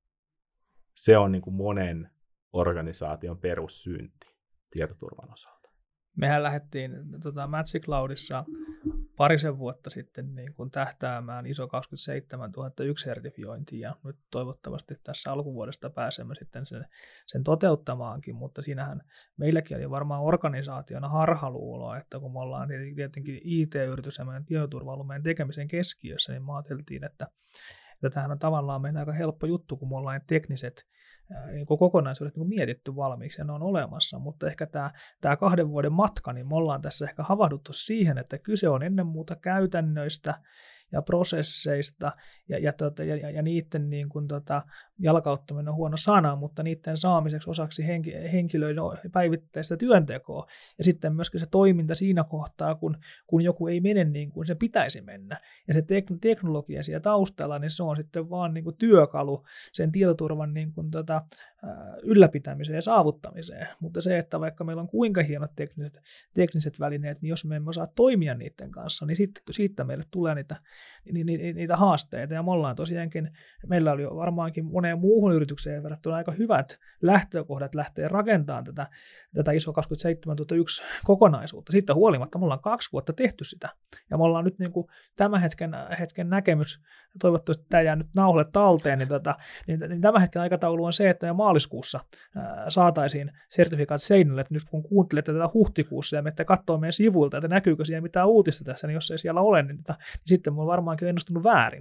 Se on niin kuin monen organisaation perussynti tietoturvan osalta. Mehän lähdettiin Magic Cloudissa parisen vuotta sitten niin kuin tähtäämään ISO 27001-sertifiointiin, ja nyt toivottavasti tässä alkuvuodesta pääsemme sitten sen toteuttamaankin, mutta siinähän meilläkin oli varmaan organisaationa harhaluuloa, että kun me ollaan tietenkin IT-yritys ja meidän tietoturva ollut meidän tekemisen keskiössä, niin me ajateltiin, että tämähän on tavallaan meidän aika helppo juttu, kun me ollaan tekniset kokonaisuudet niin mietitty valmiiksi ja ne on olemassa, mutta ehkä tämä 2 vuoden matka, niin me ollaan tässä ehkä havahduttu siihen, että kyse on ennen muuta käytännöistä ja prosesseista ja niiden niin kuin, jalkauttaminen on huono sana, mutta niiden saamiseksi osaksi henkilöiden päivittäistä työntekoa ja sitten myöskin se toiminta siinä kohtaa, kun joku ei mene niin kuin se pitäisi mennä. Ja se teknologia siellä taustalla, niin se on sitten vaan niin kuin työkalu sen tietoturvan niin kuin, ylläpitämiseen ja saavuttamiseen. Mutta se, että vaikka meillä on kuinka hienot tekniset välineet, niin jos me emme osaa toimia niiden kanssa, niin siitä meille tulee niitä haasteita. Ja me ollaan tosiaankin, meillä oli varmaankin moneen muuhun yritykseen verrattuna aika hyvät lähtökohdat lähteä rakentamaan tätä ISO 27001 kokonaisuutta. Siitä huolimatta me ollaan 2 vuotta tehty sitä. Ja me ollaan nyt niin kuin tämän hetken näkemys, toivottavasti tämä jää nyt nauhalle talteen, niin tämän hetken aikataulu on se, että maaliskuussa saataisiin sertifikaat seinälle, että nyt kun kuuntelette tätä huhtikuussa ja menette katsoa meidän sivuilta, että näkyykö siellä mitään uutista tässä, niin jos ei siellä ole, niin sitten mä oon varmaankin ennustunut väärin.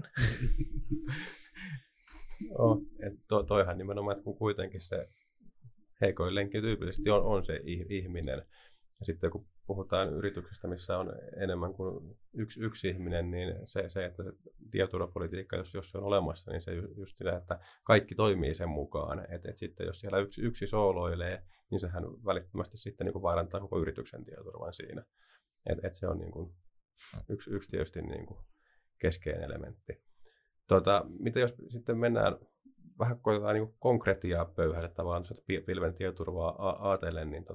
Toihan nimenomaan, että kun kuitenkin se heikoin lenkki tyypillisesti on se ihminen. Ja sitten kun puhutaan yrityksestä, missä on enemmän kuin yksi ihminen, niin se että se tietoturvapolitiikka, jos se on olemassa, niin se just sitä, että kaikki toimii sen mukaan. Että sitten jos siellä yksi sooloilee, niin sehän välittömästi sitten niin kuin vaarantaa koko yrityksen tietoturvan siinä. Että se on niin kuin yksi tietysti niin kuin keskeinen elementti. Mitä jos sitten mennään, vähän koetetaan niin kuin konkretiaa pöyhälle tavallaan pilven tietoturvaa ajatellen, niin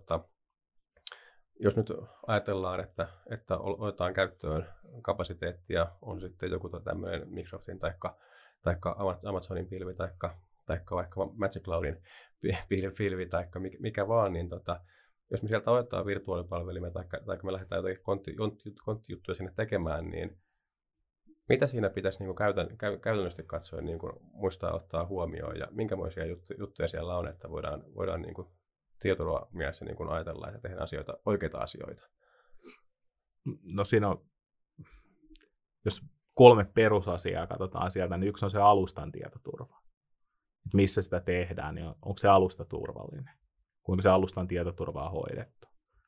jos nyt ajatellaan, että otetaan käyttöön kapasiteettia, on sitten joku tämmöinen Microsoftin tai Amazonin pilvi tai vaikka Magic Cloudin pilvi tai mikä vaan, niin jos me sieltä otetaan virtuaalipalvelimia tai me lähdetään jotakin konttijuttuja sinne tekemään, niin mitä siinä pitäisi niin käytännössä katsoen niin muistaa ottaa huomioon ja minkälaisia juttuja siellä on, että voidaan niin tietoturvamielessä niin ajatella, että tehdään oikeita asioita? No siinä on, jos 3 perusasiaa katsotaan sieltä, niin yksi on se alustan tietoturva. Missä sitä tehdään, niin onko se alusta turvallinen? Kuinka se alustan tietoturva on hoidettu?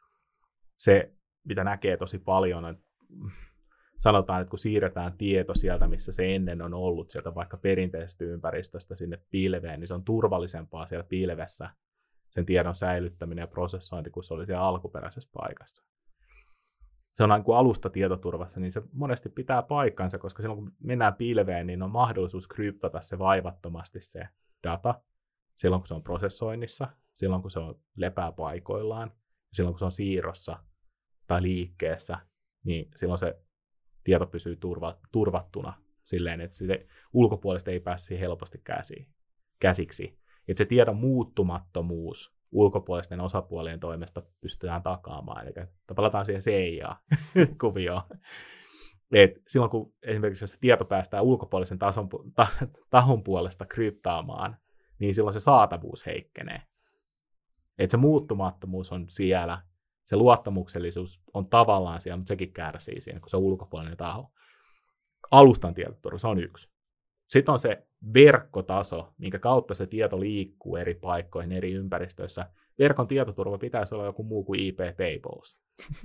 Se, mitä näkee tosi paljon, on, sanotaan, että kun siirretään tieto sieltä, missä se ennen on ollut, sieltä vaikka perinteisestä ympäristöstä sinne pilveen, niin se on turvallisempaa siellä pilvessä, sen tiedon säilyttäminen ja prosessointi, kun se oli siellä alkuperäisessä paikassa. Se on aina kuin alusta tietoturvassa, niin se monesti pitää paikkansa, koska silloin kun mennään pilveen, niin on mahdollisuus kryptata se vaivattomasti se data, silloin kun se on prosessoinnissa, silloin kun se on lepää paikoillaan, silloin kun se on siirrossa tai liikkeessä, niin silloin se tieto pysyy turvattuna silleen, että se ulkopuolesta ei pääse siihen helposti käsiksi. Että se tiedon muuttumattomuus ulkopuolisten osapuolien toimesta pystytään takaamaan. Eli palataan siihen CIA-kuvioon. Silloin kun esimerkiksi jos se tieto päästään ulkopuolisen tahon puolesta kryptaamaan, niin silloin se saatavuus heikkenee. Et se muuttumattomuus on siellä, se luottamuksellisuus on tavallaan siellä, mutta sekin kärsii siinä, kun se on ulkopuolinen taho. Alustan tietoturva, se on yksi. Sitten on se verkkotaso, minkä kautta se tieto liikkuu eri paikkoihin, eri ympäristöissä. Verkon tietoturva pitäisi olla joku muu kuin IP-tables.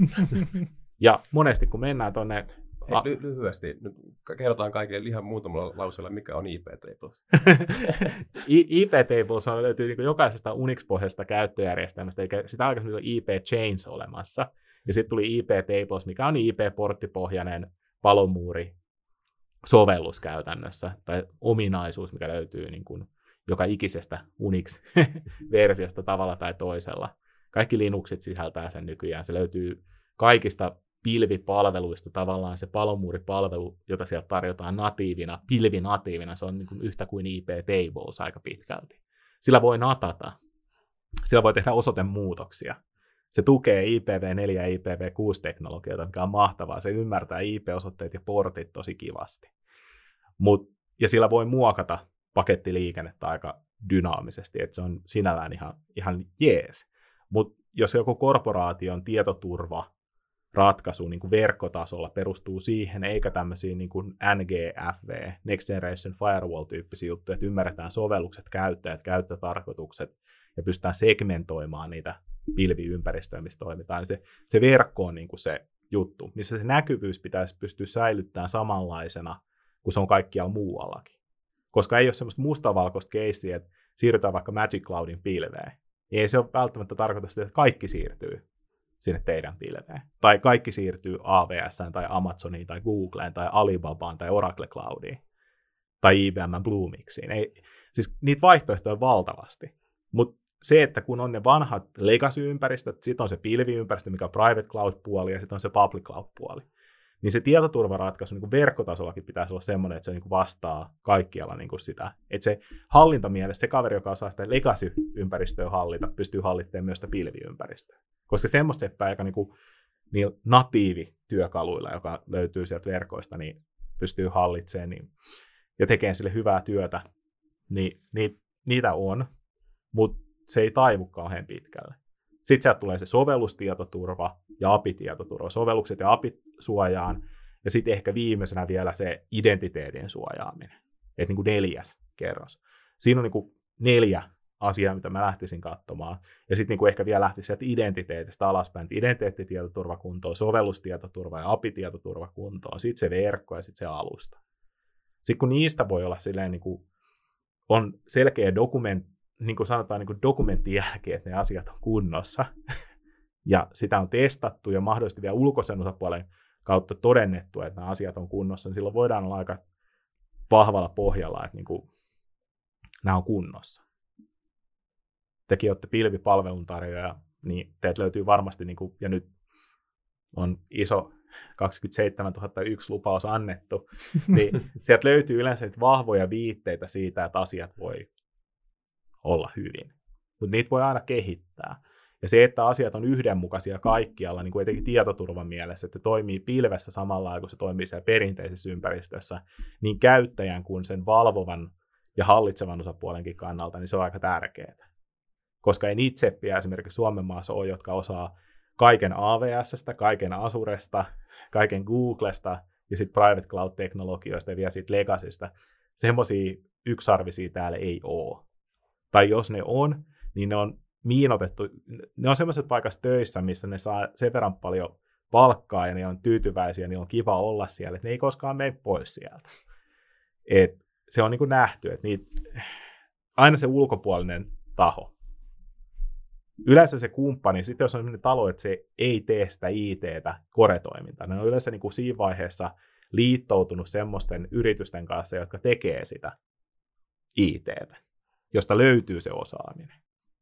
Ja monesti, kun mennään tuonne... Lyhyesti, nyt kerrotaan kaikille ihan muutamalla lauseella, mikä on IP-tables. IP-tables löytyy niin jokaisesta Unix-pohjaisesta käyttöjärjestelmästä, eli sitä aikaisemmin oli IP-chains olemassa. Ja sitten tuli IP-tables, mikä on IP-porttipohjainen palomuuri sovellus käytännössä, tai ominaisuus, mikä löytyy niin kuin joka ikisestä Unix-versiosta tavalla tai toisella. Kaikki Linuxit sisältää sen nykyään. Se löytyy kaikista pilvipalveluista tavallaan se palomuuripalvelu, jota sieltä tarjotaan natiivina, pilvinatiivina, se on niin kuin yhtä kuin IP-tables aika pitkälti. Sillä voi natata, sillä voi tehdä osoitemuutoksia. Se tukee IPv4 ja IPv6-teknologioita, mikä on mahtavaa. Se ymmärtää IP-osoitteet ja portit tosi kivasti. Ja sillä voi muokata pakettiliikennettä aika dynaamisesti, että se on sinällään ihan jees. Mutta jos joku korporaation tietoturva ratkaisu niin kuin verkkotasolla perustuu siihen, eikä tämmöisiin niin kuin NGFV, Next Generation Firewall-tyyppisiä juttuja, että ymmärretään sovellukset, käyttäjät, käyttötarkoitukset ja pystytään segmentoimaan niitä pilviympäristöjä, missä toimitaan, niin se verkko on niin kuin se juttu, missä se näkyvyys pitäisi pystyä säilyttämään samanlaisena kuin se on kaikkialla muuallakin. Koska ei ole semmoista mustavalkoista keissiä, että siirrytään vaikka Magic Cloudin pilveen. Ei se ole välttämättä tarkoita sitä, että kaikki siirtyy sinne teidän pilveen. Tai kaikki siirtyy AWS:ään tai Amazoniin tai Googleen tai Alibabaan tai Oracle Cloudiin tai IBM Bluemixiin. Siis niitä vaihtoehtoja on valtavasti. Mutta se, että kun on ne vanhat legacy-ympäristöt, sitten on se pilviympäristö, mikä on private cloud-puoli ja sitten on se public cloud-puoli, niin se tietoturvaratkaisu niin kuin verkkotasollakin pitäisi olla semmoinen, että se niin kuin vastaa kaikkialla niin kuin sitä. Että se hallintamielessä, se kaveri, joka osaa sitä legacy-ympäristöä hallita, pystyy hallittamaan myös sitä pilviympäristöä. Koska semmoista eppää, joka niin kuin niillä natiivityökaluilla, joka löytyy sieltä verkoista, niin pystyy hallitsemaan ja tekemään sille hyvää työtä, niin niitä on, mutta se ei taivu kauhean pitkälle. Sitten sieltä tulee se sovellustietoturva ja API-tietoturva, sovellukset ja API suojaan, ja sitten ehkä viimeisenä vielä se identiteetin suojaaminen, että niin kuin 4. kerros. Siinä on niin kuin 4 asiaa, mitä mä lähtisin katsomaan, ja sitten niin kuin ehkä vielä lähtisi sieltä identiteetistä alaspäin, identiteettitietoturva kuntoon, sovellustietoturva ja API-tietoturva kuntoon, sitten se verkko ja sitten se alusta. Sitten kun niistä voi olla silleen, niin kuin on selkeä niin kuin sanotaan, niin kuin dokumentin jälkeen, että ne asiat on kunnossa, ja sitä on testattu ja mahdollisesti vielä ulkoisen osapuolen kautta todennettu, että nämä asiat on kunnossa, niin silloin voidaan olla aika vahvalla pohjalla, että niin kuin nämä on kunnossa. Tekin olette pilvipalveluntarjoaja, niin teiltä löytyy varmasti, niin kuin, ja nyt on iso 27001 lupaus annettu, niin sieltä löytyy yleensä vahvoja viitteitä siitä, että asiat voi olla hyvin. Mutta niitä voi aina kehittää. Ja se, että asiat on yhdenmukaisia kaikkialla, niin kuin etenkin tietoturvan mielessä, että toimii pilvessä samalla lailla kuin se toimii siellä perinteisessä ympäristössä, niin käyttäjän kuin sen valvovan ja hallitsevan osapuolenkin kannalta, niin se on aika tärkeää. Koska ei niitä seppiä esimerkiksi Suomen maassa ole, jotka osaa kaiken AWS:stä, kaiken Azuresta, kaiken Googlesta ja sitten private cloud-teknologioista ja vielä siitä legacystä. Semmoisia yksarvisia täällä ei ole. Tai jos ne on, niin ne on miinotettu, ne on semmoiset paikassa töissä, missä ne saa sen verran paljon palkkaa ja ne on tyytyväisiä ja niillä on kiva olla siellä, että ne ei koskaan mene pois sieltä. Et se on niin kuin nähty, että aina se ulkopuolinen taho. Yleensä se kumppani, sitten jos on sellainen talo, että se ei tee sitä IT-tä core-toimintaa, ne on yleensä niin kuin siinä vaiheessa liittoutunut semmoisten yritysten kanssa, jotka tekee sitä IT-tä, josta löytyy se osaaminen.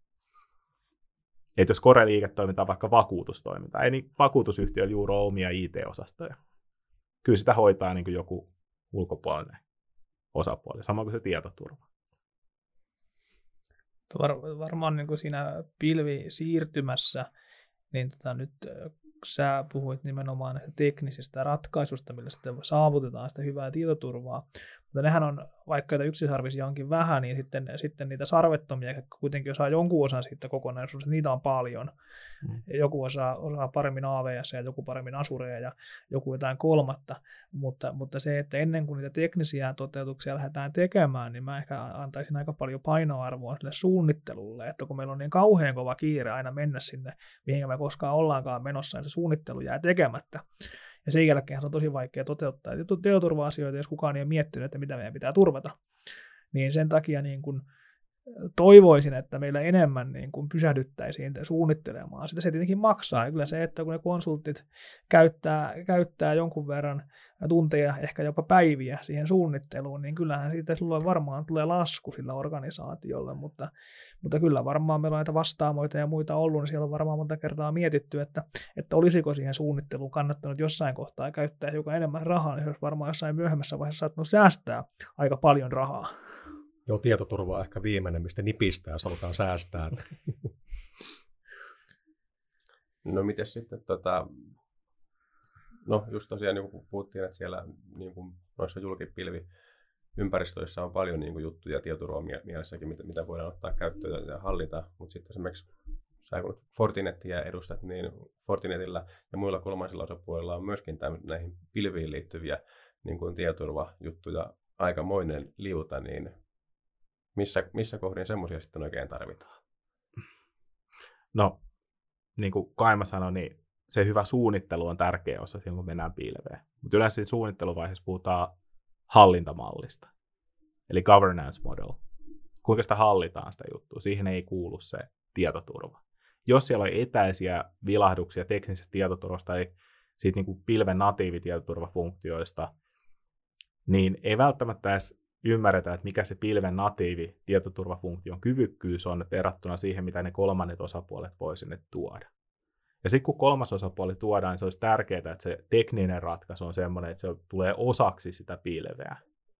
Että jos core-liiketoiminta on vaikka vakuutustoiminta, ei niin vakuutusyhtiöllä juuri ole omia IT-osastoja. Kyllä sitä hoitaa niin kuin joku ulkopuolinen osapuoli, sama kuin se tietoturva. Varmaan niin kuin siinä pilvisiirtymässä, niin nyt sä puhuit nimenomaan näistä teknisistä ratkaisusta, millä sitten saavutetaan sitä hyvää tietoturvaa, Mutta nehän on, vaikka yksisarvisia onkin vähän, niin sitten niitä sarvettomia, jotka kuitenkin osaa jonkun osan siitä kokonaisuudesta, niitä on paljon. Joku osaa paremmin AWS ja joku paremmin Azurea ja joku jotain kolmatta, mutta se, että ennen kuin niitä teknisiä toteutuksia lähdetään tekemään, niin mä ehkä antaisin aika paljon painoarvoa sille suunnittelulle, että kun meillä on niin kauhean kova kiire aina mennä sinne, mihin me koskaan ollaankaan menossa, niin se suunnittelu jää tekemättä. Ja sen jälkeen se on tosi vaikea toteuttaa tietoturva-asioita, jos kukaan ei ole miettinyt, että mitä meidän pitää turvata. Niin sen takia niin kun toivoisin, että meillä enemmän niin kun pysähdyttäisiin suunnittelemaan. Sitä se tietenkin maksaa. Ja kyllä se, että kun ne konsultit käyttää jonkun verran tunteja, ehkä jopa päiviä siihen suunnitteluun, niin kyllähän siitä silloin varmaan tulee lasku sillä organisaatiolle, mutta kyllä varmaan meillä on näitä vastaamoita ja muita ollut, niin siellä on varmaan monta kertaa mietitty, että olisiko siihen suunnitteluun kannattanut jossain kohtaa käyttää hiukan enemmän rahaa, niin olisi varmaan jossain myöhemmässä vaiheessa saattanut säästää aika paljon rahaa. Joo, tietoturva on ehkä viimeinen, mistä nipistää, jos halutaan säästää. No miten sitten, no just tosiaan niin kuin puhuttiin, että siellä niin kuin noissa julkipilviympäristöissä on paljon niin kuin juttuja tietoturvan mielessäkin, mitä voidaan ottaa käyttöön ja hallita, mutta sitten esimerkiksi sä kun Fortinetia edustat, niin Fortinetilla ja muilla kolmansilla osapuolilla on myöskin näihin pilviin liittyviä niin kuin tietoturvajuttuja aikamoinen liuta, niin missä kohdin semmoisia sitten oikein tarvitaan? No, niin kuin Kaima sanoi, niin se hyvä suunnittelu on tärkeä osa silloin, kun mennään pilveen. Mutta yleensä siinä suunnitteluvaiheessa puhutaan hallintamallista, eli governance model. Kuinka sitä hallitaan sitä juttua? Siihen ei kuulu se tietoturva. Jos siellä on etäisiä vilahduksia teknisestä tietoturvasta tai siitä niin kuin pilven natiivitietoturvafunktioista, niin ei välttämättä edes ymmärretä, että mikä se pilven natiivi tietoturvafunktion kyvykkyys on verrattuna siihen, mitä ne kolmannet osapuolet voi sinne tuoda. Ja sitten kun kolmas osapuoli tuodaan, niin se olisi tärkeää, että se tekninen ratkaisu on sellainen, että se tulee osaksi sitä pilveä.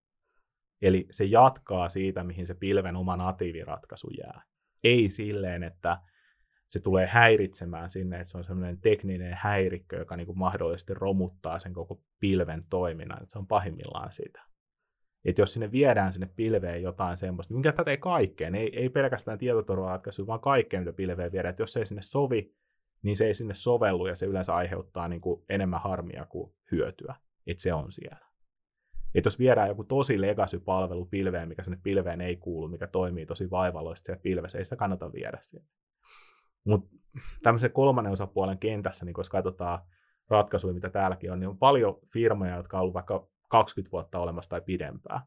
Eli se jatkaa siitä, mihin se pilven oma natiiviratkaisu jää. Ei silleen, että se tulee häiritsemään sinne, että se on sellainen tekninen häirikkö, joka niin kuin mahdollisesti romuttaa sen koko pilven toiminnan. Että se on pahimmillaan sitä. Että jos sinne viedään sinne pilveen jotain semmoista, mikä pätee kaikkeen, ei pelkästään tietoturvaratkaisuja, vaan kaikkeen, mitä pilveen viedään. Että jos se ei sinne sovi, niin se ei sinne sovellu ja se yleensä aiheuttaa niin kuin enemmän harmia kuin hyötyä. Että se on siellä. Että jos viedään joku tosi legacy-palvelu pilveen, mikä sinne pilveen ei kuulu, mikä toimii tosi vaivalloisesti siellä pilvessä, ei sitä kannata viedä sinne. Mutta tämmöisen kolmannen osapuolen kentässä, niin jos katsotaan ratkaisuja, mitä täälläkin on, niin on paljon firmoja, jotka on ollut vaikka 20 vuotta olemassa tai pidempään.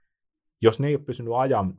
Jos ne ei ole pysynyt ajan,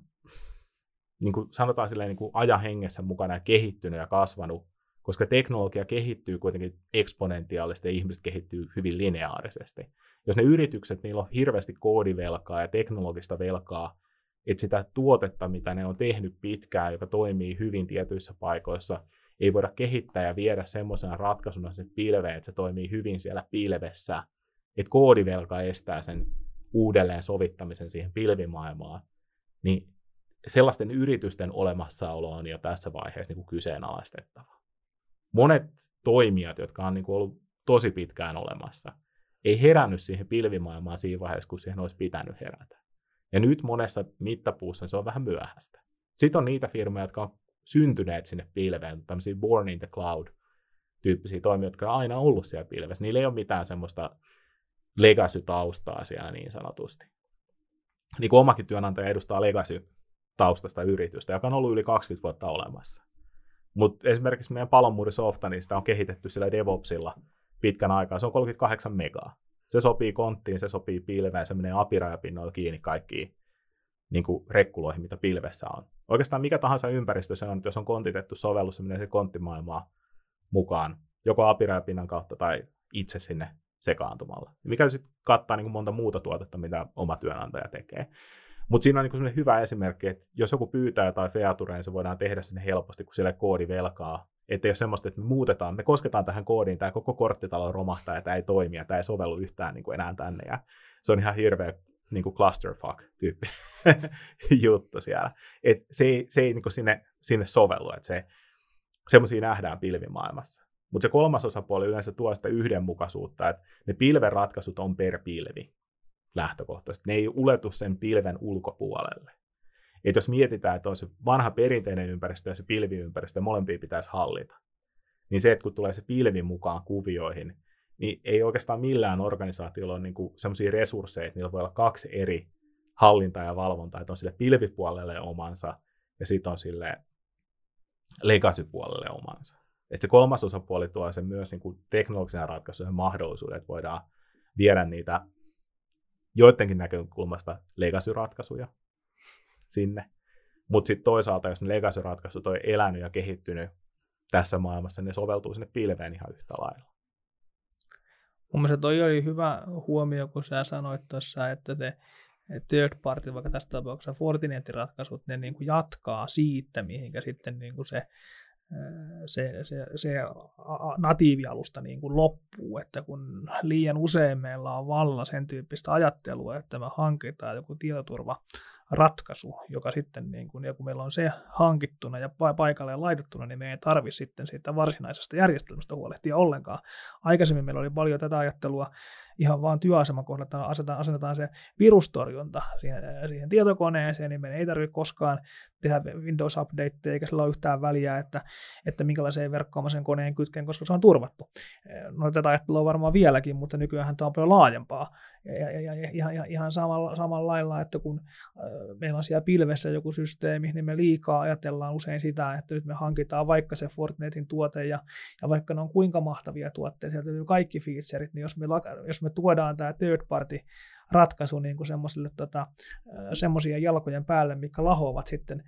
niin kuin sanotaan silleen, niin kuin ajan hengessä mukana ja kehittynyt ja kasvanut, koska teknologia kehittyy kuitenkin eksponentiaalisesti ja ihmiset kehittyy hyvin lineaarisesti. Jos ne yritykset, niillä on hirveästi koodivelkaa ja teknologista velkaa, että sitä tuotetta, mitä ne on tehnyt pitkään, joka toimii hyvin tietyissä paikoissa, ei voida kehittää ja viedä semmoisena ratkaisuna sen pilveen, että se toimii hyvin siellä pilvessä, että koodivelka estää sen uudelleen sovittamisen siihen pilvimaailmaan, niin sellaisten yritysten olemassaolo on jo tässä vaiheessa niin kuin kyseenalaistettava. Monet toimijat, jotka on niin kuin ollut tosi pitkään olemassa, ei herännyt siihen pilvimaailmaan siinä vaiheessa, kun siihen olisi pitänyt herätä. Ja nyt monessa mittapuussa se on vähän myöhäistä. Sitten on niitä firmoja, jotka on syntyneet sinne pilveen, tämmöisiä born in the cloud-tyyppisiä toimijoita, jotka on aina ollut siellä pilvessä. Niillä ei ole mitään semmoista legacy-taustaa siellä niin sanotusti. Niin kuin omakin työnantaja edustaa legacy-taustasta yritystä, joka on ollut yli 20 vuotta olemassa. Mutta esimerkiksi meidän palomuurisofta, niin sitä on kehitetty sillä DevOpsilla pitkän aikaa. Se on 38 megaa. Se sopii konttiin, se sopii pilveen, se menee API-rajapinnoilla kiinni kaikkiin niin kuin rekkuloihin, mitä pilvessä on. Oikeastaan mikä tahansa ympäristö se on, että jos on kontitettu sovellus, se menee se konttimaailmaan mukaan, joko API-rajapinnan kautta tai itse sinne sekaantumalla. Mikä sitten kattaa niin kuin monta muuta tuotetta, mitä oma työnantaja tekee. Mutta siinä on niin kuin hyvä esimerkki, että jos joku pyytää jotain featurea, niin se voidaan tehdä sinne helposti, kun siellä koodi velkaa. Että ei ole semmoista, että me kosketaan tähän koodiin, tämä koko korttitalo romahtaa ja tämä ei toimi ja tämä ei sovellu yhtään niin kuin enää tänne. Ja se on ihan hirveä niin kuin clusterfuck-tyyppi juttu siellä. Et se ei niin kuin sinne sovellu, että semmoisia nähdään pilvimaailmassa. Mutta se kolmas osapuoli yleensä tuo sitä yhdenmukaisuutta, että ne pilven ratkaisut on per pilvi. lähtökohtaisesti. Ne ei uletu sen pilven ulkopuolelle. Et jos mietitään, että on se vanha perinteinen ympäristö ja se pilviympäristö, molempia pitäisi hallita, niin se, että kun tulee se pilvi mukaan kuvioihin, niin ei oikeastaan millään organisaatiolla ole niinku sellaisia resursseja, että niillä voi olla 2 eri hallintaa ja valvontaa, että on sille pilvipuolelle omansa ja sitten on sille legacy-puolelle omansa. Että se kolmas osapuoli tuo sen myös niinku teknologisen ratkaisujen mahdollisuuden, että voidaan viedä niitä joidenkin näkökulmasta legacy-ratkaisuja sinne. Mutta sitten toisaalta, jos ne legacy-ratkaisut on elänyt ja kehittynyt tässä maailmassa, niin ne soveltuu sinne pilveen ihan yhtä lailla. Mun mielestä toi oli hyvä huomio, kun sä sanoit tuossa, että se third party, vaikka tässä tapauksessa Fortinet-ratkaisut, ne niin kuin jatkaa siitä, mihinkä sitten niin kuin se natiivialusta niin kuin loppuu, että kun liian usein meillä on valla sen tyyppistä ajattelua, että me hankitaan joku tietoturvaratkaisu, joka sitten, niin kuin, ja kun meillä on se hankittuna ja paikalleen laitettuna, niin me ei tarvitse sitten siitä varsinaisesta järjestelmästä huolehtia ollenkaan. Aikaisemmin meillä oli paljon tätä ajattelua ihan vaan työaseman kohdalla, asennetaan se virustorjunta siihen tietokoneeseen, niin meidän ei tarvitse koskaan tehdä Windows-updateja, eikä sillä ole yhtään väliä, että minkälaiseen verkkoon mä sen koneen kytken, koska se on turvattu. No, tätä ajattelua on varmaan vieläkin, mutta nykyään tämä on paljon laajempaa. Ja ihan samalla lailla, että kun meillä on siellä pilvessä joku systeemi, niin me liikaa ajatellaan usein sitä, että nyt me hankitaan vaikka se Fortinetin tuote, ja vaikka ne on kuinka mahtavia tuotteita, sieltä löytyy kaikki featureit, niin jos me tuodaan tämä third party ratkaisu niin kuin semmoisia jalkojen päälle, mitkä lahoavat sitten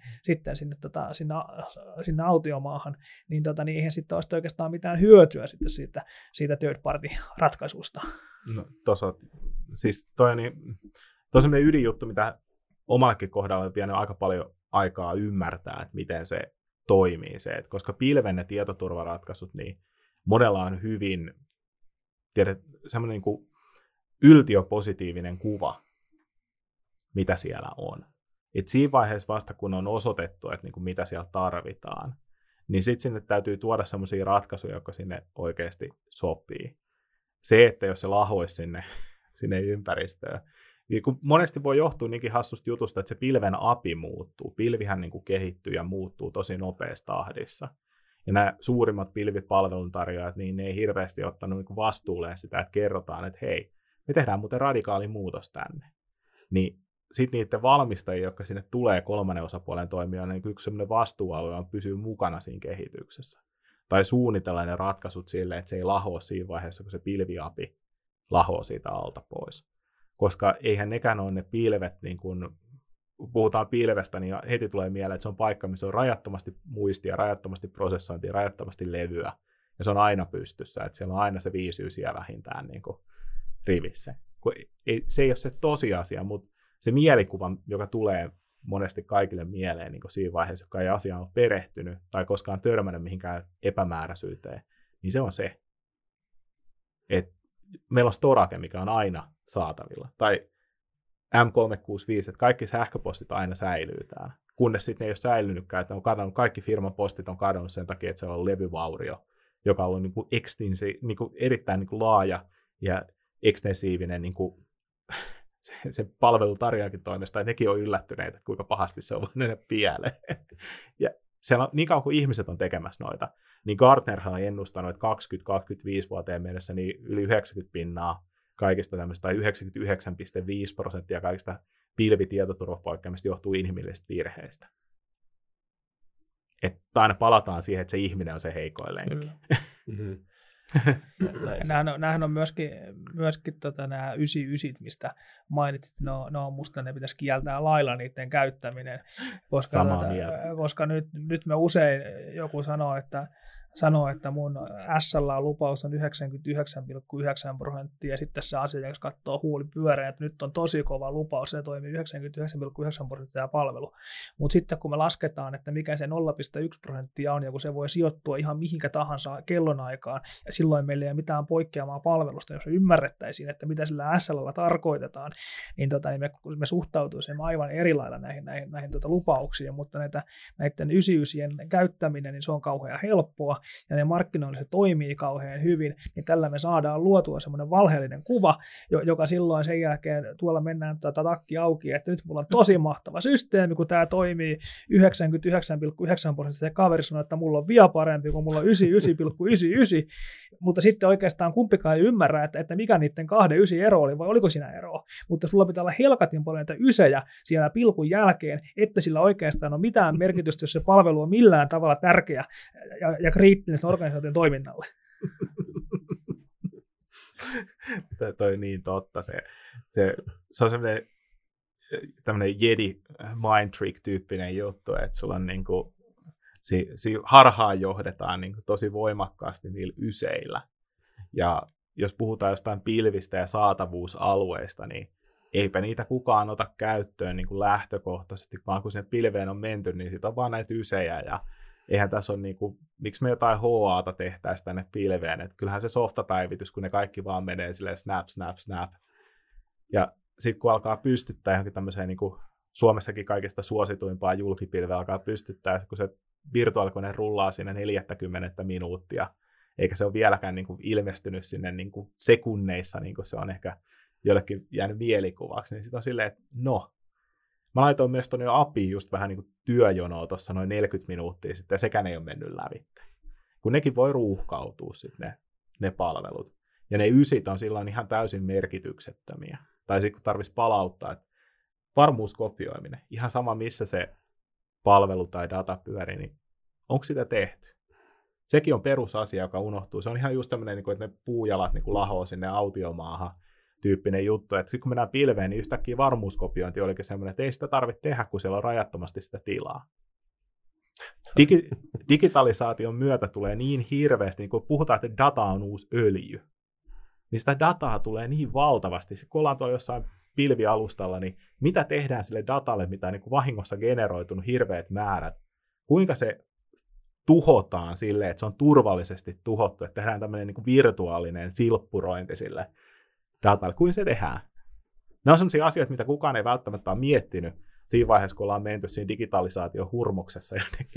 sinne autiomaahan, niin eihän sitten olisi oikeastaan mitään hyötyä sitten siitä third party ratkaisusta. No, siis toi on sellainen ydinjuttu, mitä omallekin kohdalla on vienyt aika paljon aikaa ymmärtää, että miten se toimii se, että koska pilven ja tietoturvaratkaisut, niin monella on hyvin semmoinen niin kuin yltiöpositiivinen kuva, mitä siellä on. Et siinä vaiheessa vasta, kun on osoitettu, että niinku mitä siellä tarvitaan, niin sitten sinne täytyy tuoda sellaisia ratkaisuja, jotka sinne oikeasti sopii. Se, että jos se lahoisi sinne ympäristöön, niin kun monesti voi johtua niinkin hassusta jutusta, että se pilven API muuttuu. Pilvihän niinku kehittyy ja muuttuu tosi nopeassa tahdissa. Ja nämä suurimmat pilvipalveluntarjoajat, niin ne ei hirveästi ottanut niinku vastuulleen sitä, että kerrotaan, että hei, me tehdään muuten radikaali muutos tänne. Niin sitten niiden valmistajia, jotka sinne tulee kolmannen osapuolen toimijoille, niin yksi sellainen vastuualue on pysyä mukana siinä kehityksessä. Tai suunnitella ne ratkaisut silleen, että se ei lahoa siinä vaiheessa, kun se pilviapi lahoaa siitä alta pois. Koska eihän nekään ole ne pilvet, niin kun puhutaan pilvestä, niin heti tulee mieleen, että se on paikka, missä on rajattomasti muistia, rajattomasti prosessointia, rajattomasti levyä. Ja se on aina pystyssä, että siellä on aina se 5 ysiä vähintään niin kuin rivissä. Se ei ole se tosiasia, mutta se mielikuva, joka tulee monesti kaikille mieleen niin siinä vaiheessa, joka ei asiaan ole perehtynyt tai koskaan törmännyt mihinkään epämääräisyyteen, niin se on se, että meillä on storage, mikä on aina saatavilla, tai M365, että kaikki sähköpostit aina säilyy täällä, kunnes sitten ne ei ole säilynytkään, että on kadonnut, kaikki firman postit on kadonnut sen takia, että se on levyvaurio, joka on niin kuin erittäin niin kuin laaja ja ekstensiivinen niin kuin sen palvelutarjoajankin toimesta, että nekin on yllättyneitä, että kuinka pahasti se on voinut mennä pieleen. Ja siellä on, niin kauan kuin ihmiset on tekemässä noita, niin Gartnerhan on ennustanut, että 2025 vuoteen mennessä niin yli 90% kaikista tämmöistä, tai 99,5% kaikista pilvitietoturvapoikkeamista johtuu inhimillisistä virheistä. Että aina palataan siihen, että se ihminen on se heikoin lenkki. Mm-hmm. Nämähän on myöskin nämä 99, mistä mainitsit, no musta ne pitäisi kieltää lailla niiden käyttäminen, koska nyt me usein joku sanoo, että mun SLA-lupaus on 99,9%, ja sitten se asiakas katsoo huuli pyöreen, että nyt on tosi kova lupaus, se toimii 99,9% palvelu. Mutta sitten kun me lasketaan, että mikä se 0,1% on, ja kun se voi sijoittua ihan mihinkä tahansa kellonaikaan, ja silloin meillä ei ole mitään poikkeamaa palvelusta, jos me ymmärrettäisiin, että mitä sillä SLAlla tarkoitetaan, niin me suhtautuisimme aivan eri lailla näihin lupauksiin, mutta näiden 99 käyttäminen, niin se on kauhean helppoa, ja ne markkinoilla se toimii kauhean hyvin, niin tällä me saadaan luotua semmoinen valheellinen kuva, joka silloin sen jälkeen tuolla mennään tätä takki auki, että nyt mulla on tosi mahtava systeemi, kun tämä toimii 99,9%, ja kaveri sanoo, että mulla on vielä parempi, kun mulla on 99,99, mutta sitten oikeastaan kumpikaan ei ymmärrä, että mikä niiden 2 ysi ero oli, vai oliko siinä eroa, mutta sulla pitää olla helkatin paljon näitä ysejä siellä pilkun jälkeen, että sillä oikeastaan on mitään merkitystä, jos se palvelu on millään tavalla tärkeä ja kriittinen organisaation toiminnalle. Toi niin totta. Se on semmoinen tämmöinen Jedi mind trick-tyyppinen juttu, että sulla on niinku, harhaan johdetaan niinku tosi voimakkaasti niillä yseillä. Ja jos puhutaan jostain pilvistä ja saatavuusalueista, niin eipä niitä kukaan ota käyttöön niin kuin lähtökohtaisesti, vaan kun sinne pilveen on menty, niin siitä on vaan näitä ysejä, ja eihän tässä ole, niin kuin, miksi me jotain HA:ta tehtäisiin tänne pilveen, että kyllähän se softapäivitys, kun ne kaikki vaan menee silleen snap, snap, snap, ja sitten kun alkaa pystyttää johonkin tämmöiseen, niin kuin Suomessakin kaikista suosituimpaa julkipilveä alkaa pystyttää, kun se virtuaalikone rullaa siinä 40 minuuttia, eikä se ole vieläkään niin kuin ilmestynyt sinne niin kuin sekunneissa, niin kuin se on ehkä jollekin jäänyt mielikuvaksi, niin sitten on silleen, että no, mä laitoin myös tuonne jo APIin just vähän niin kuin työjonoa tuossa noin 40 minuuttia sitten, ja sekään ei ole mennyt läpi. Kun nekin voi ruuhkautua sitten ne palvelut. Ja ne ysit on silloin ihan täysin merkityksettömiä. Tai sitten kun tarvitsisi palauttaa, että varmuuskopioiminen, ihan sama missä se palvelu tai data pyörii, niin onko sitä tehty? Sekin on perusasia, joka unohtuu. Se on ihan just tämmöinen, että ne puujalat lahoo sinne autiomaahan tyyppinen juttu, että sitten kun mennään pilveen, niin yhtäkkiä varmuuskopiointi olikin semmoinen, että ei sitä tarvitse tehdä, kun siellä on rajattomasti sitä tilaa. Digitalisaation myötä tulee niin hirveästi, niin kun puhutaan, että data on uusi öljy, niin sitä dataa tulee niin valtavasti. Sitten kun ollaan tuolla jossain pilvialustalla, niin mitä tehdään sille datalle, mitä on niin kuin vahingossa generoitunut hirveät määrät? Kuinka se tuhotaan silleen, että se on turvallisesti tuhottu, että tehdään tämmöinen niin kuin virtuaalinen silppurointi sille datalle. Kuinka se tehdään? Ne on sellaisia asioita, mitä kukaan ei välttämättä ole miettinyt siinä vaiheessa, kun ollaan menty siinä digitalisaation hurmoksessa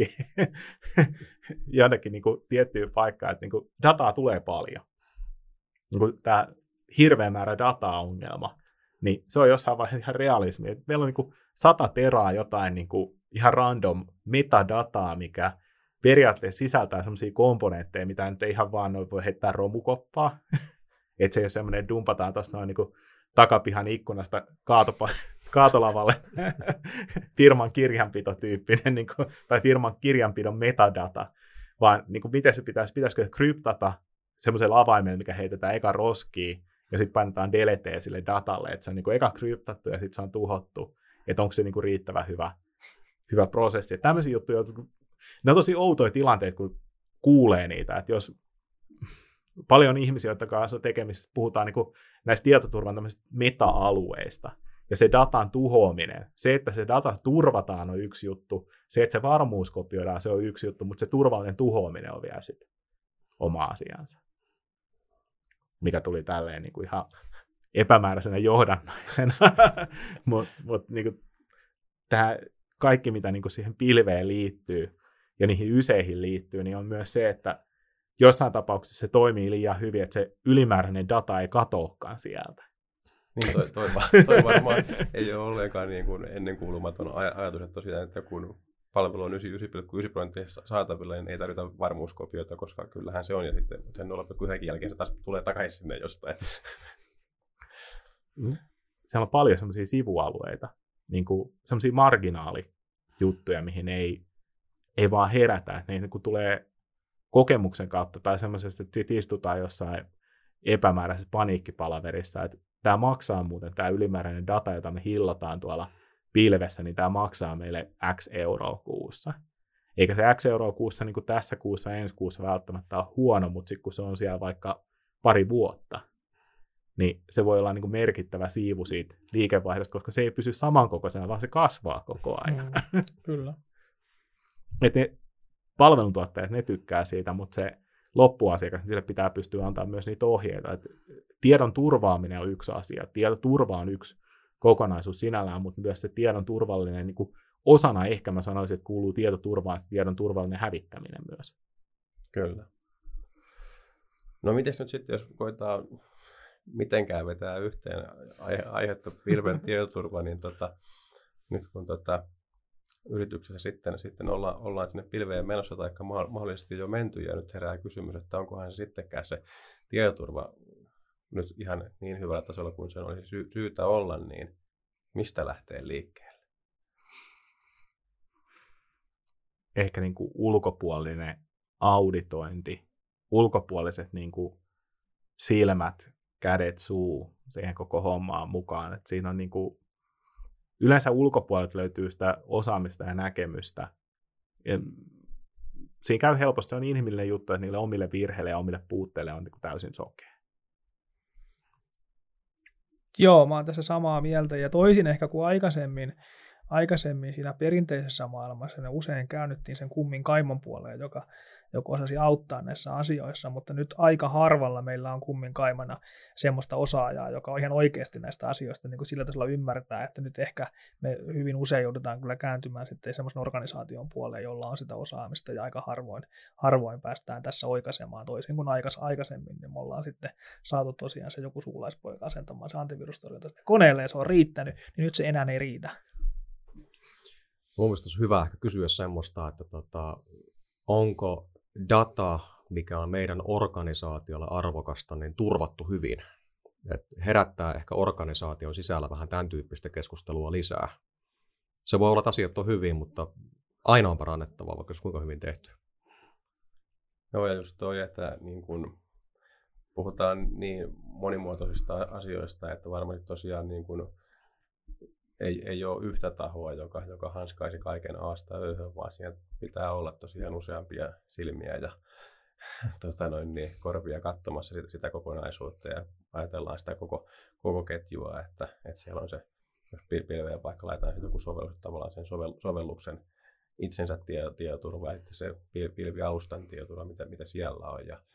jonnekin niin kuin tiettyyn paikkaan, että niin kuin dataa tulee paljon. Niin kuin tämä hirveä määrä dataa-ongelma, niin se on jossain vaiheessa ihan realismi. Että meillä on niin kuin 100 teraa jotain niin kuin ihan random metadataa, mikä periaatteessa sisältää sellaisia komponentteja, mitä nyt ei ihan vaan noin voi heittää romukoppaa. Että se ei ole semmoinen, dumpataan tuosta noin niin kuin takapihan ikkunasta kaatolavalle firman kirjanpitotyyppinen, niin kuin, tai firman kirjanpidon metadata, vaan niin kuin miten se pitäisikö kryptata semmoisella avaimella, mikä heitetään eka roskiin, ja sitten painetaan deleteen sille datalle, että se on niin kuin eka kryptattu ja sitten se on tuhottu, että onko se niin kuin riittävän hyvä prosessi. Että tämmöisiä juttuja, ne on tosi outoja tilanteita, kun kuulee niitä, että jos paljon ihmisiä, joiden kanssa on tekemistä, puhutaan niin kuin näistä tietoturvan tämmöisistä meta-alueista, ja se datan tuhoaminen, se, että se data turvataan on yksi juttu, se, että se varmuus kopioidaan, se on yksi juttu, mutta se turvallinen tuhoaminen on vielä sitten oma asiansa, mikä tuli tälleen niin kuin ihan epämääräisenä johdannaisena, mutta niin tämä kaikki, mitä niin kuin siihen pilveen liittyy ja niihin yseihin liittyy, niin on myös se, että jossain tapauksessa se toimii liian hyvin, että se ylimääräinen data ei katoakaan sieltä. Niin, toi varmaan ei ole ollenkaan niin kuin ennenkuulumaton ajatus, että tosiaan, että kun palvelu on 99,9% saatavilla, niin ei tarvita varmuuskopioita, koska kyllähän se on, ja sitten sen 0,1 jälkeen se taas tulee takaisin sinne jostain. Siellä on paljon semmoisia sivualueita, niin kuin semmoisia marginaalijuttuja, mihin ei vaan herätä, että ne niin kuin tulee kokemuksen kautta tai semmoisesta, että istutaan jossain epämääräisessä paniikkipalaverissa, että tämä maksaa muuten, tämä ylimääräinen data, jota me hillotaan tuolla pilvessä, niin tämä maksaa meille X euroa kuussa. Eikä se X euroa kuussa niin kuin tässä kuussa, ensi kuussa välttämättä ole huono, mutta sitten kun se on siellä vaikka pari vuotta, niin se voi olla niin kuin merkittävä siivu siitä liikevaihdosta, koska se ei pysy samankokoisena, vaan se kasvaa koko ajan. Kyllä. Että ne palveluntuottajat, ne tykkää siitä, mutta se loppuasiakas, niin sille pitää pystyä antaa myös niitä ohjeita. Että tiedon turvaaminen on yksi asia. Tietoturva on yksi kokonaisuus sinällään, mutta myös se tiedon turvallinen, niin kuin osana ehkä mä sanoisin, että kuuluu tietoturvaan se tiedon turvallinen hävittäminen myös. Kyllä. No mites nyt sitten, jos koetaan mitenkään vetää yhteen aihetta pilven tietoturva, niin nyt kun yrityksessä sitten ollaan sinne pilveen menossa tai mahdollisesti jo menty, ja nyt herää kysymys, että onkohan se sittenkään se tietoturva nyt ihan niin hyvällä tasolla kuin sen olisi syytä olla, niin mistä lähtee liikkeelle? Ehkä niin kuin ulkopuolinen auditointi, ulkopuoliset niin kuin silmät, kädet, suu siihen koko hommaan mukaan. Et siinä on niin kuin, yleensä ulkopuolelta löytyy sitä osaamista ja näkemystä. Ja siinä käy helposti, se on inhimillinen juttu, että niille omille virheille ja omille puutteille on niin kuin täysin sokea. Joo, mä oon tässä samaa mieltä, ja toisin ehkä kuin aikaisemmin siinä perinteisessä maailmassa ne usein käännyttiin sen kummin kaimon puoleen, joka osasi auttaa näissä asioissa, mutta nyt aika harvalla meillä on kummin kaimana semmoista osaajaa, joka ihan oikeasti näistä asioista niin kuin sillä tasolla ymmärtää, että nyt ehkä me hyvin usein joudutaan kyllä kääntymään sitten semmoisen organisaation puoleen, jolla on sitä osaamista, ja aika harvoin päästään tässä oikaisemaan toisin kuin aikaisemmin, niin me ollaan sitten saatu tosiaan se joku sukulaispoika asentamaan se antivirustorjunta koneelle, ja se on riittänyt, niin nyt se enää ei riitä. Mun mielestä olisi hyvä ehkä kysyä semmoista, että onko data, mikä on meidän organisaatiolla arvokasta, niin turvattu hyvin. Et herättää ehkä organisaation sisällä vähän tämän tyyppistä keskustelua lisää. Se voi olla, että asiat on hyvin, mutta aina on parannettavaa, vaikka kuinka hyvin tehty. Joo, ja just toi, että niin kun puhutaan niin monimuotoisista asioista, että varmasti tosiaan niin kun ei ole yhtä tahoa, joka hanskaisi kaiken aasta ööhön, vaan siinä pitää olla tosiaan useampia silmiä ja korvia katsomassa sitä kokonaisuutta, ja ajatellaan sitä koko ketjua, että siellä on se, jos pilveen vaikka laitetaan joku sovellus, tavallaan sen sovelluksen itsensä tietoturva, ja sitten se pilvialustan tietoturva, mitä siellä on, ja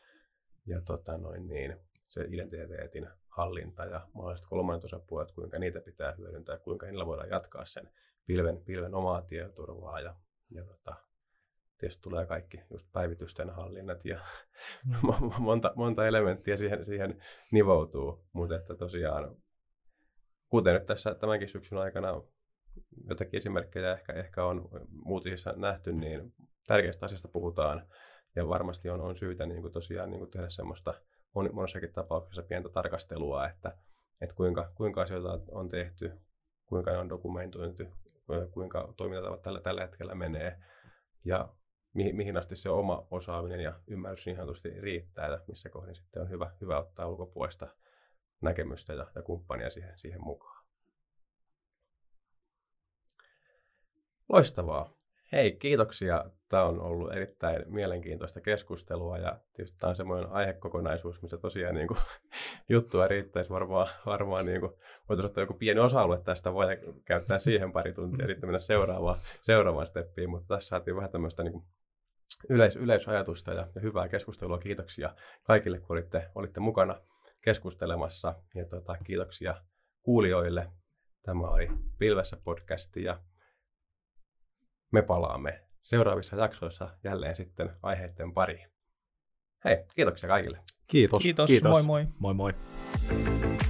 se identiteetin hallinta ja mahdolliset kolmannet osapuolet, kuinka niitä pitää hyödyntää, kuinka niillä voidaan jatkaa sen pilven omaa tietoturvaa, ja tietysti tulee kaikki just päivitysten hallinnat ja monta elementtiä siihen nivoutuu, mutta että tosiaan, kuten nyt tässä tämänkin syksyn aikana jotakin esimerkkejä ehkä on uutisissa nähty, niin tärkeästä asiasta puhutaan, ja varmasti on syytä niin kuin tosiaan niin kuin tehdä semmoista monessakin tapauksessa pientä tarkastelua, että kuinka asioita on tehty, kuinka ne on dokumentoitu, kuinka toimintatavat tällä hetkellä menee, ja mihin asti se oma osaaminen ja ymmärrys niin sanotusti riittää, ja missä kohdin sitten on hyvä ottaa ulkopuolista näkemystä ja kumppania siihen mukaan. Loistavaa. Hei, kiitoksia. Tämä on ollut erittäin mielenkiintoista keskustelua, ja tietysti tämä on semmoinen aihekokonaisuus, missä tosiaan niin kuin, juttua riittäisi varmaan niin kuin, voitaisiin ottaa joku pieni osa-alue tästä, voi käyttää siihen pari tuntia ja sitten mennä seuraavaan steppiin, mutta tässä saatiin vähän tämmöistä niin kuin yleisajatusta ja hyvää keskustelua. Kiitoksia kaikille, kun olitte mukana keskustelemassa, ja kiitoksia kuulijoille. Tämä oli Pilvessä podcasti, ja me palaamme seuraavissa jaksoissa jälleen sitten aiheiden pariin. Hei, kiitoksia kaikille. Kiitos. Kiitos. Moi moi. Moi moi.